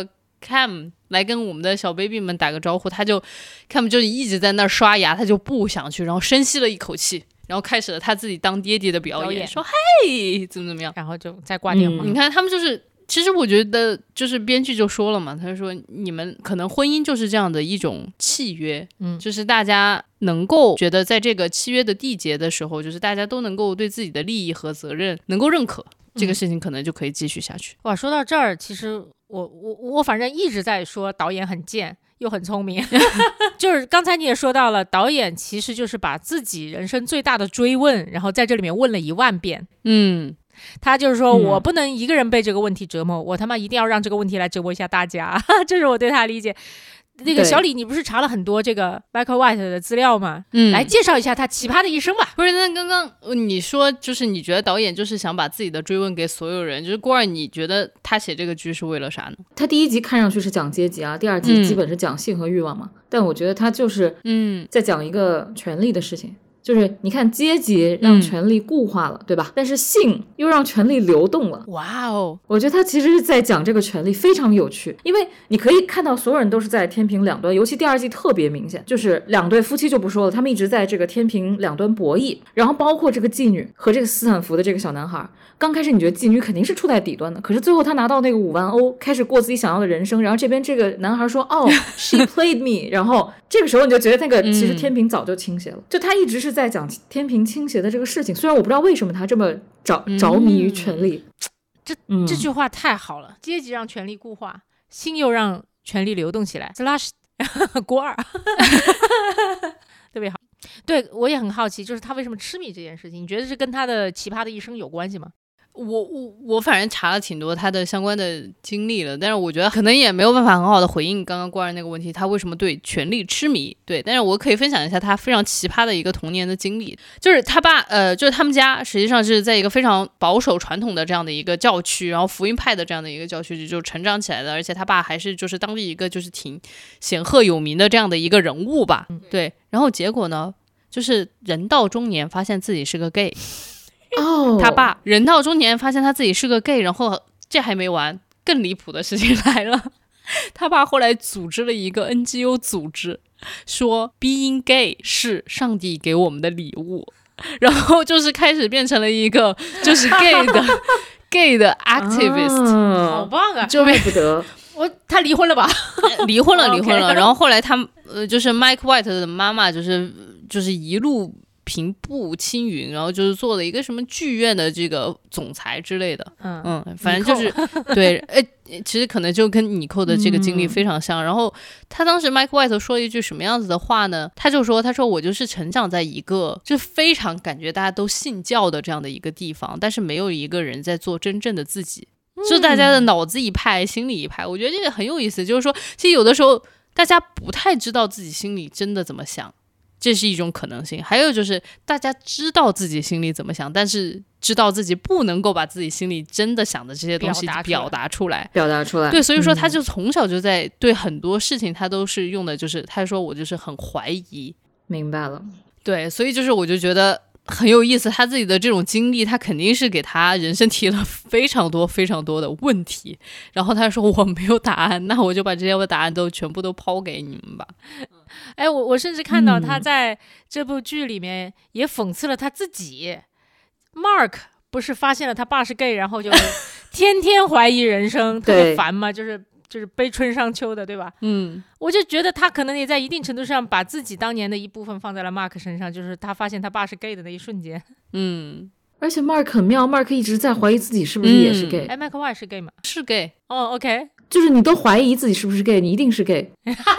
Cam 来跟我们的小 baby 们打个招呼，他就 Cam 就一直在那儿刷牙，他就不想去，然后深吸了一口气，然后开始了他自己当爹爹的表演， 表演说嘿怎么怎么样， 然后就再挂电话、 嗯、你看他们就是其实我觉得就是编剧就说了嘛，他说你们可能婚姻就是这样的一种契约， 嗯， 就是大家能够觉得在这个契约的缔结的时候，就是大家都能够对自己的利益和责任能够认可，这个事情可能就可以继续下去。 哇，说到这儿，其实我我我反正一直在说导演很贱又很聪明就是刚才你也说到了，导演其实就是把自己人生最大的追问，然后在这里面问了一万遍。 嗯， 他就是说、 嗯、 我不能一个人被这个问题折磨，我他妈一定要让这个问题来折磨一下大家这是我对他的理解。那个小李，你不是查了很多这个 Michael White 的资料吗？嗯，来介绍一下他奇葩的一生吧。 不是，那刚刚你说就是你觉得导演就是想把自己的追问给所有人，就是郭儿，你觉得他写这个剧是为了啥呢？ 他第一集看上去是讲阶级啊，第二集基本是讲性和欲望嘛，嗯、但我觉得他就是嗯在讲一个权力的事情。就是你看阶级让权力固化了、嗯、对吧，但是性又让权力流动了。 哇哦， 我觉得他其实是在讲这个权力非常有趣，因为你可以看到所有人都是在天平两端，尤其第二季特别明显，就是两对夫妻就不说了，他们一直在这个天平两端博弈，然后包括这个妓女和这个斯坦福的这个小男孩，刚开始你觉得妓女肯定是处在底端的，可是最后他拿到那个五万欧开始过自己想要的人生，然后这边这个男孩说哦she played me 然后这个时候你就觉得那个其实天平早就倾斜了、嗯、就他一直是在讲天平倾斜的这个事情，虽然我不知道为什么他这么着着迷于权力、 嗯、这、嗯、这句话太好了，阶级让权力固化，心又让权力流动起来 slash 国二特别好。对，我也很好奇，就是他为什么痴迷这件事情，你觉得是跟他的奇葩的一生有关系吗？ 我我我反正查了挺多他的相关的经历了，但是我觉得可能也没有办法很好的回应刚刚关于那个问题，他为什么对权力痴迷。对，但是我可以分享一下他非常奇葩的一个童年的经历，就是他爸呃，就是他们家实际上是在一个非常保守传统的这样的一个教区，然后福音派的这样的一个教区就成长起来的，而且他爸还是就是当地一个就是挺显赫有名的这样的一个人物吧。对，然后结果呢就是人到中年发现自己是个 gay。 哦， 他爸人到中年发现他自己是个 gay， 然后这还没完，更离谱的事情来了，他爸后来组织了一个 N G O 组织，说 being gay 是上帝给我们的礼物，然后就是开始变成了一个就是 gay 的gay 的 activist、 啊、 好棒啊， 就怪不得我他离婚了吧离婚了离婚了、okay. 然后后来他呃就是 Mike White 的妈妈就是就是一路平步青云，然后就是做了一个什么剧院的这个总裁之类的，嗯嗯，反正就是对，哎，其实可能就跟尼寇的这个经历非常像。嗯、然后他当时 Mike White 说了一句什么样子的话呢？他就说，他说我就是成长在一个就非常感觉大家都信教的这样的一个地方，但是没有一个人在做真正的自己，就大家的脑子一派，心里一派。我觉得这个很有意思，就是说，其实有的时候大家不太知道自己心里真的怎么想。这是一种可能性，还有就是大家知道自己心里怎么想，但是知道自己不能够把自己心里真的想的这些东西表达出来， 表达出来。 对，所以说他就从小就在对很多事情他都是用的，就是他说我就是很怀疑。 明白了。 对，所以就是我就觉得很有意思，他自己的这种经历，他肯定是给他人生提了非常多非常多的问题。然后他说我没有答案，那我就把这些答案都全部都抛给你们吧。 哎，我我甚至看到他在这部剧里面也讽刺了他自己。嗯、Mark 不是发现了他爸是 gay， 然后就天天怀疑人生，特别烦嘛，就是就是悲春伤秋的，对吧？嗯，我就觉得他可能也在一定程度上把自己当年的一部分放在了 Mark 身上，就是他发现他爸是 gay 的那一瞬间。嗯， 而且 Mark 很妙 ，Mark 一直在怀疑自己是不是也是 gay。 哎、嗯、，Michael White 是 gay 吗？ 是 gay。 哦 ，OK， 就是你都怀疑自己是不是 gay， 你一定是 gay。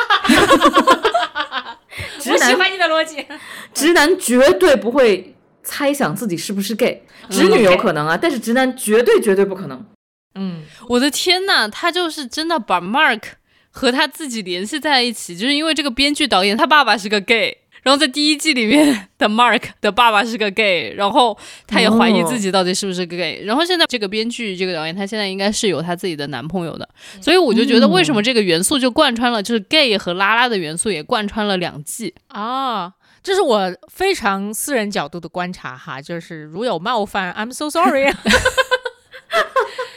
我喜欢你的逻辑。 直男绝对不会猜想自己是不是 gay， 直女有可能啊，嗯、但是直男绝对绝对不可能。 嗯，我的天哪，他就是真的把 Mark 和他自己联系在一起，就是因为这个编剧导演他爸爸是个 gay， 然后在第一季里面的 Mark 的爸爸是个 gay， 然后他也怀疑自己到底是不是个 gay，、哦、然后现在这个编剧这个导演他现在应该是有他自己的男朋友的，所以我就觉得为什么这个元素就贯穿了，就是 gay 和拉拉的元素也贯穿了两季啊。这是我非常私人角度的观察哈，就是如有冒犯 I'm so sorry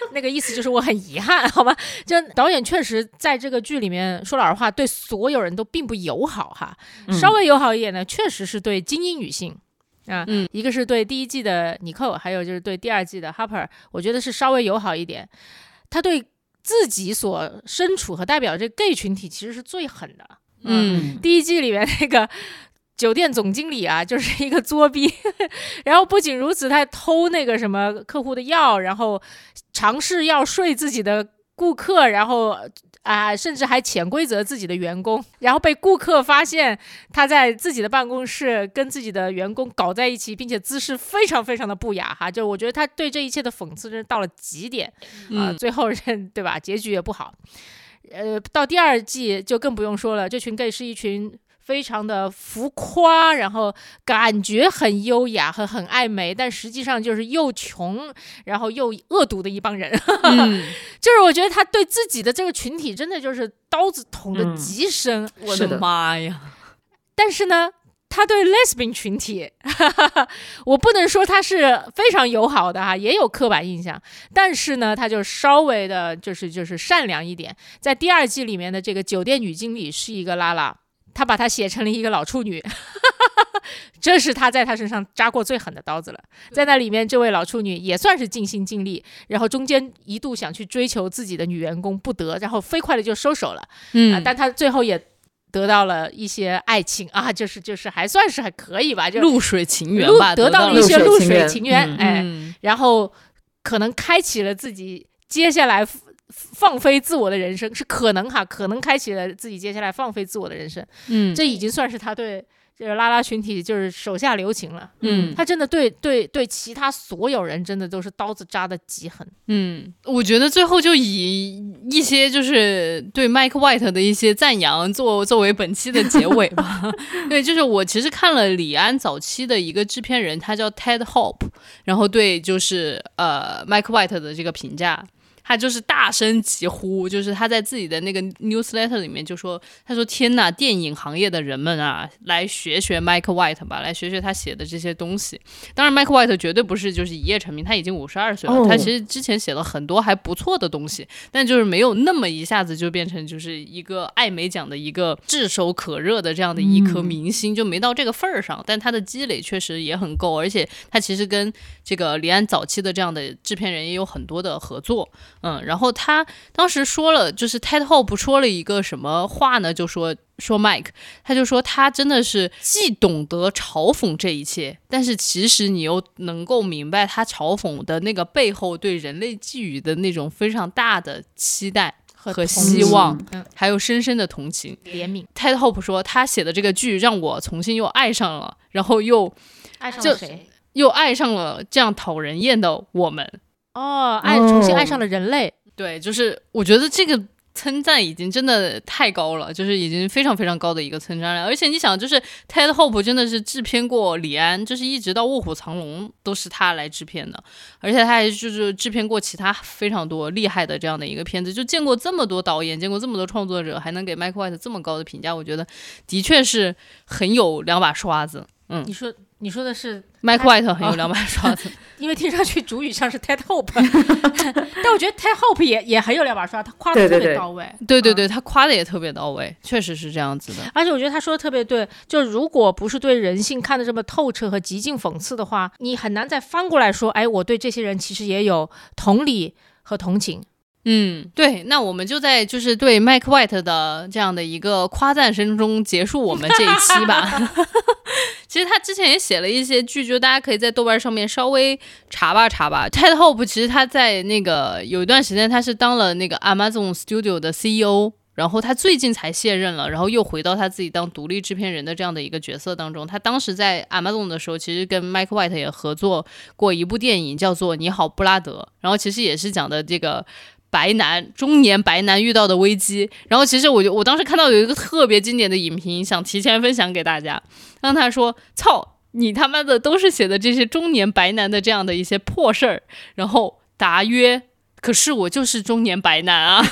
那个意思就是我很遗憾，好吗？就导演确实在这个剧里面说老实话，对所有人都并不友好哈。稍微友好一点呢，确实是对精英女性啊，嗯，一个是对第一季的妮蔻，还有就是对第二季的 Harper， 我觉得是稍微友好一点。他对自己所身处和代表这 gay 群体其实是最狠的。嗯，第一季里面那个酒店总经理啊，就是一个作逼，然后不仅如此，他还偷那个什么客户的药，然后尝试要睡自己的顾客，然后啊，甚至还潜规则自己的员工，然后被顾客发现他在自己的办公室跟自己的员工搞在一起，并且姿势非常非常的不雅哈，就我觉得他对这一切的讽刺真是到了极点啊、呃，最后人对吧，结局也不好。呃，到第二季就更不用说了，这群 gay 是一群非常的浮夸，然后感觉很优雅和很爱美，但实际上就是又穷然后又恶毒的一帮人、嗯、就是我觉得他对自己的这个群体真的就是刀子捅的极深、嗯、 我的妈呀！ 但是呢他对 lesbian 群体我不能说他是非常友好的哈，也有刻板印象，但是呢他就稍微的就是就是善良一点。在第二季里面的这个酒店女经理是一个拉拉，他把她写成了一个老处女这是他在他身上扎过最狠的刀子了。在那里面这位老处女也算是尽心尽力，然后中间一度想去追求自己的女员工不得，然后飞快的就收手了、嗯啊、但他最后也得到了一些爱情啊，就是就是还算是还可以吧，就露水情缘吧， 得到了一些露水情缘、 嗯、 哎、 嗯， 然后可能开启了自己接下来放飞自我的人生，是可能哈，可能开启了自己接下来放飞自我的人生。嗯，这已经算是他对这个拉拉群体就是手下留情了。嗯，他真的对对对其他所有人真的都是刀子扎的极狠。 嗯，我觉得最后就以一些就是对 Mike White 的一些赞扬作作为本期的结尾吧。对，就是我其实看了李安早期的一个制片人，他叫 Ted Hope， 然后对就是呃 Mike White 的这个评价。他就是大声疾呼，就是他在自己的那个 newsletter 里面就说，他说天哪，电影行业的人们啊，来学学 Mike White 吧，来学学他写的这些东西。当然 Mike White 绝对不是就是一夜成名，他已经五十二岁了、oh. 他其实之前写了很多还不错的东西，但就是没有那么一下子就变成就是一个艾美奖的一个炙手可热的这样的一颗明星、嗯、就没到这个份儿上，但他的积累确实也很够，而且他其实跟这个李安早期的这样的制片人也有很多的合作。嗯，然后他当时说了，就是 Ted Hope 说了一个什么话呢？就说说 Mike， 他就说他真的是既懂得嘲讽这一切，但是其实你又能够明白他嘲讽的那个背后对人类寄予的那种非常大的期待和希望，还有深深的同情、 怜悯。 Ted Hope 说他写的这个剧让我重新又爱上了，然后又爱上了谁？ 又爱上了这样讨人厌的我们。 哦，爱重新爱上了人类、哦、 对，就是我觉得这个称赞已经真的太高了，就是已经非常非常高的一个称赞了。而且你想，就是 Ted Hope 真的是制片过李安，就是一直到卧虎藏龙都是他来制片的，而且他还就是制片过其他非常多厉害的这样的一个片子，就见过这么多导演，见过这么多创作者，还能给 Mike White 这么高的评价，我觉得的确是很有两把刷子。嗯， 你说你说的是 Mike White 很有两把刷子、哦、 因为听上去主语像是 Ted Hope 但我觉得 Ted Hope 也也很有两把刷，他夸的特别到位。 对对 对, 对, 对、嗯、他夸的也特别到位，确实是这样子的。 而且我觉得他说的特别对，就如果不是对人性看得这么透彻和极尽讽刺的话，你很难再翻过来说，哎，我对这些人其实也有同理和同情。 嗯，对，那我们就在就是对 Mike White 的这样的一个夸赞声中结束我们这一期吧。其实他之前也写了一些剧，就大家可以在豆瓣上面稍微查吧查吧。Ted Hope 其实他在那个有一段时间他是当了那个 Amazon Studio 的 C E O， 然后他最近才卸任了，然后又回到他自己当独立制片人的这样的一个角色当中。他当时在 Amazon 的时候，其实跟 Mike White 也合作过一部电影叫做《你好布拉德》，然后其实也是讲的这个白男中年白男遇到的危机。然后其实我就我当时看到有一个特别经典的影评，想提前分享给大家，让他说操你他妈的都是写的这些中年白男的这样的一些破事儿，然后答曰可是我就是中年白男啊。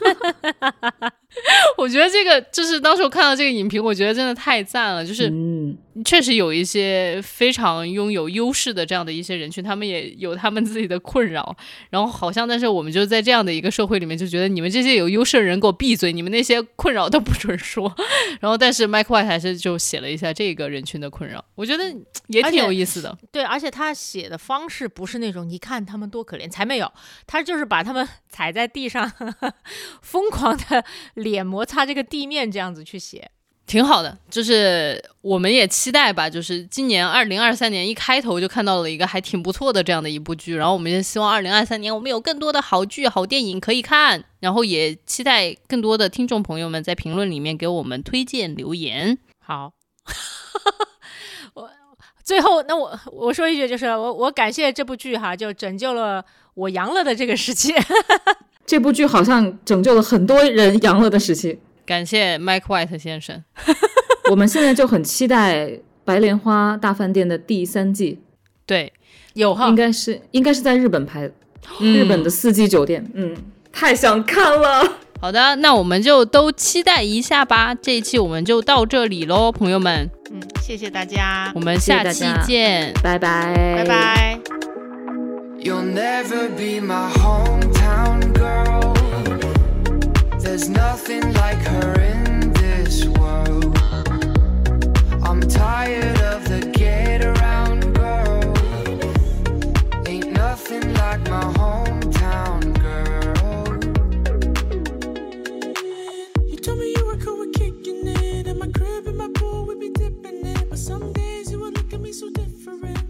我觉得这个就是当时我看到这个影评，我觉得真的太赞了，就是、嗯、 确实有一些非常拥有优势的这样的一些人群，他们也有他们自己的困扰，然后好像但是我们就在这样的一个社会里面就觉得你们这些有优势的人给我闭嘴，你们那些困扰都不准说。然后但是 Mike White 还是就写了一下这个人群的困扰，我觉得也挺有意思的。 对，而且他写的方式不是那种你看他们多可怜，才没有，他就是把他们踩在地上呵呵疯狂的脸摩擦这个地面这样子去写， 挺好的。就是我们也期待吧，就是今年二零二三年一开头就看到了一个还挺不错的这样的一部剧，然后我们也希望二零二三年我们有更多的好剧好电影可以看，然后也期待更多的听众朋友们在评论里面给我们推荐留言。 好我最后那我我说一句，就是我我感谢这部剧哈，就拯救了我阳了的这个时期这部剧好像拯救了很多人阳了的时期， 感谢 Mike White 先生我们现在就很期待白莲花大饭店的第三季。 对， 有哈， 应该是应该是在日本拍的、 嗯、 日本的四季酒店，嗯，太想看了。 好的，那我们就都期待一下吧。这一期我们就到这里咯，朋友们。 嗯，谢谢大家， 我们下期见， 拜拜， 拜拜。 You'll never be my hometown girl. There's nothing like her in this world. I'm tired of the get around girl. Ain't nothing like my hometown girl. You told me you were cool with kicking it. At my crib, in my pool, we'd be dipping it. But some days you would look at me so different.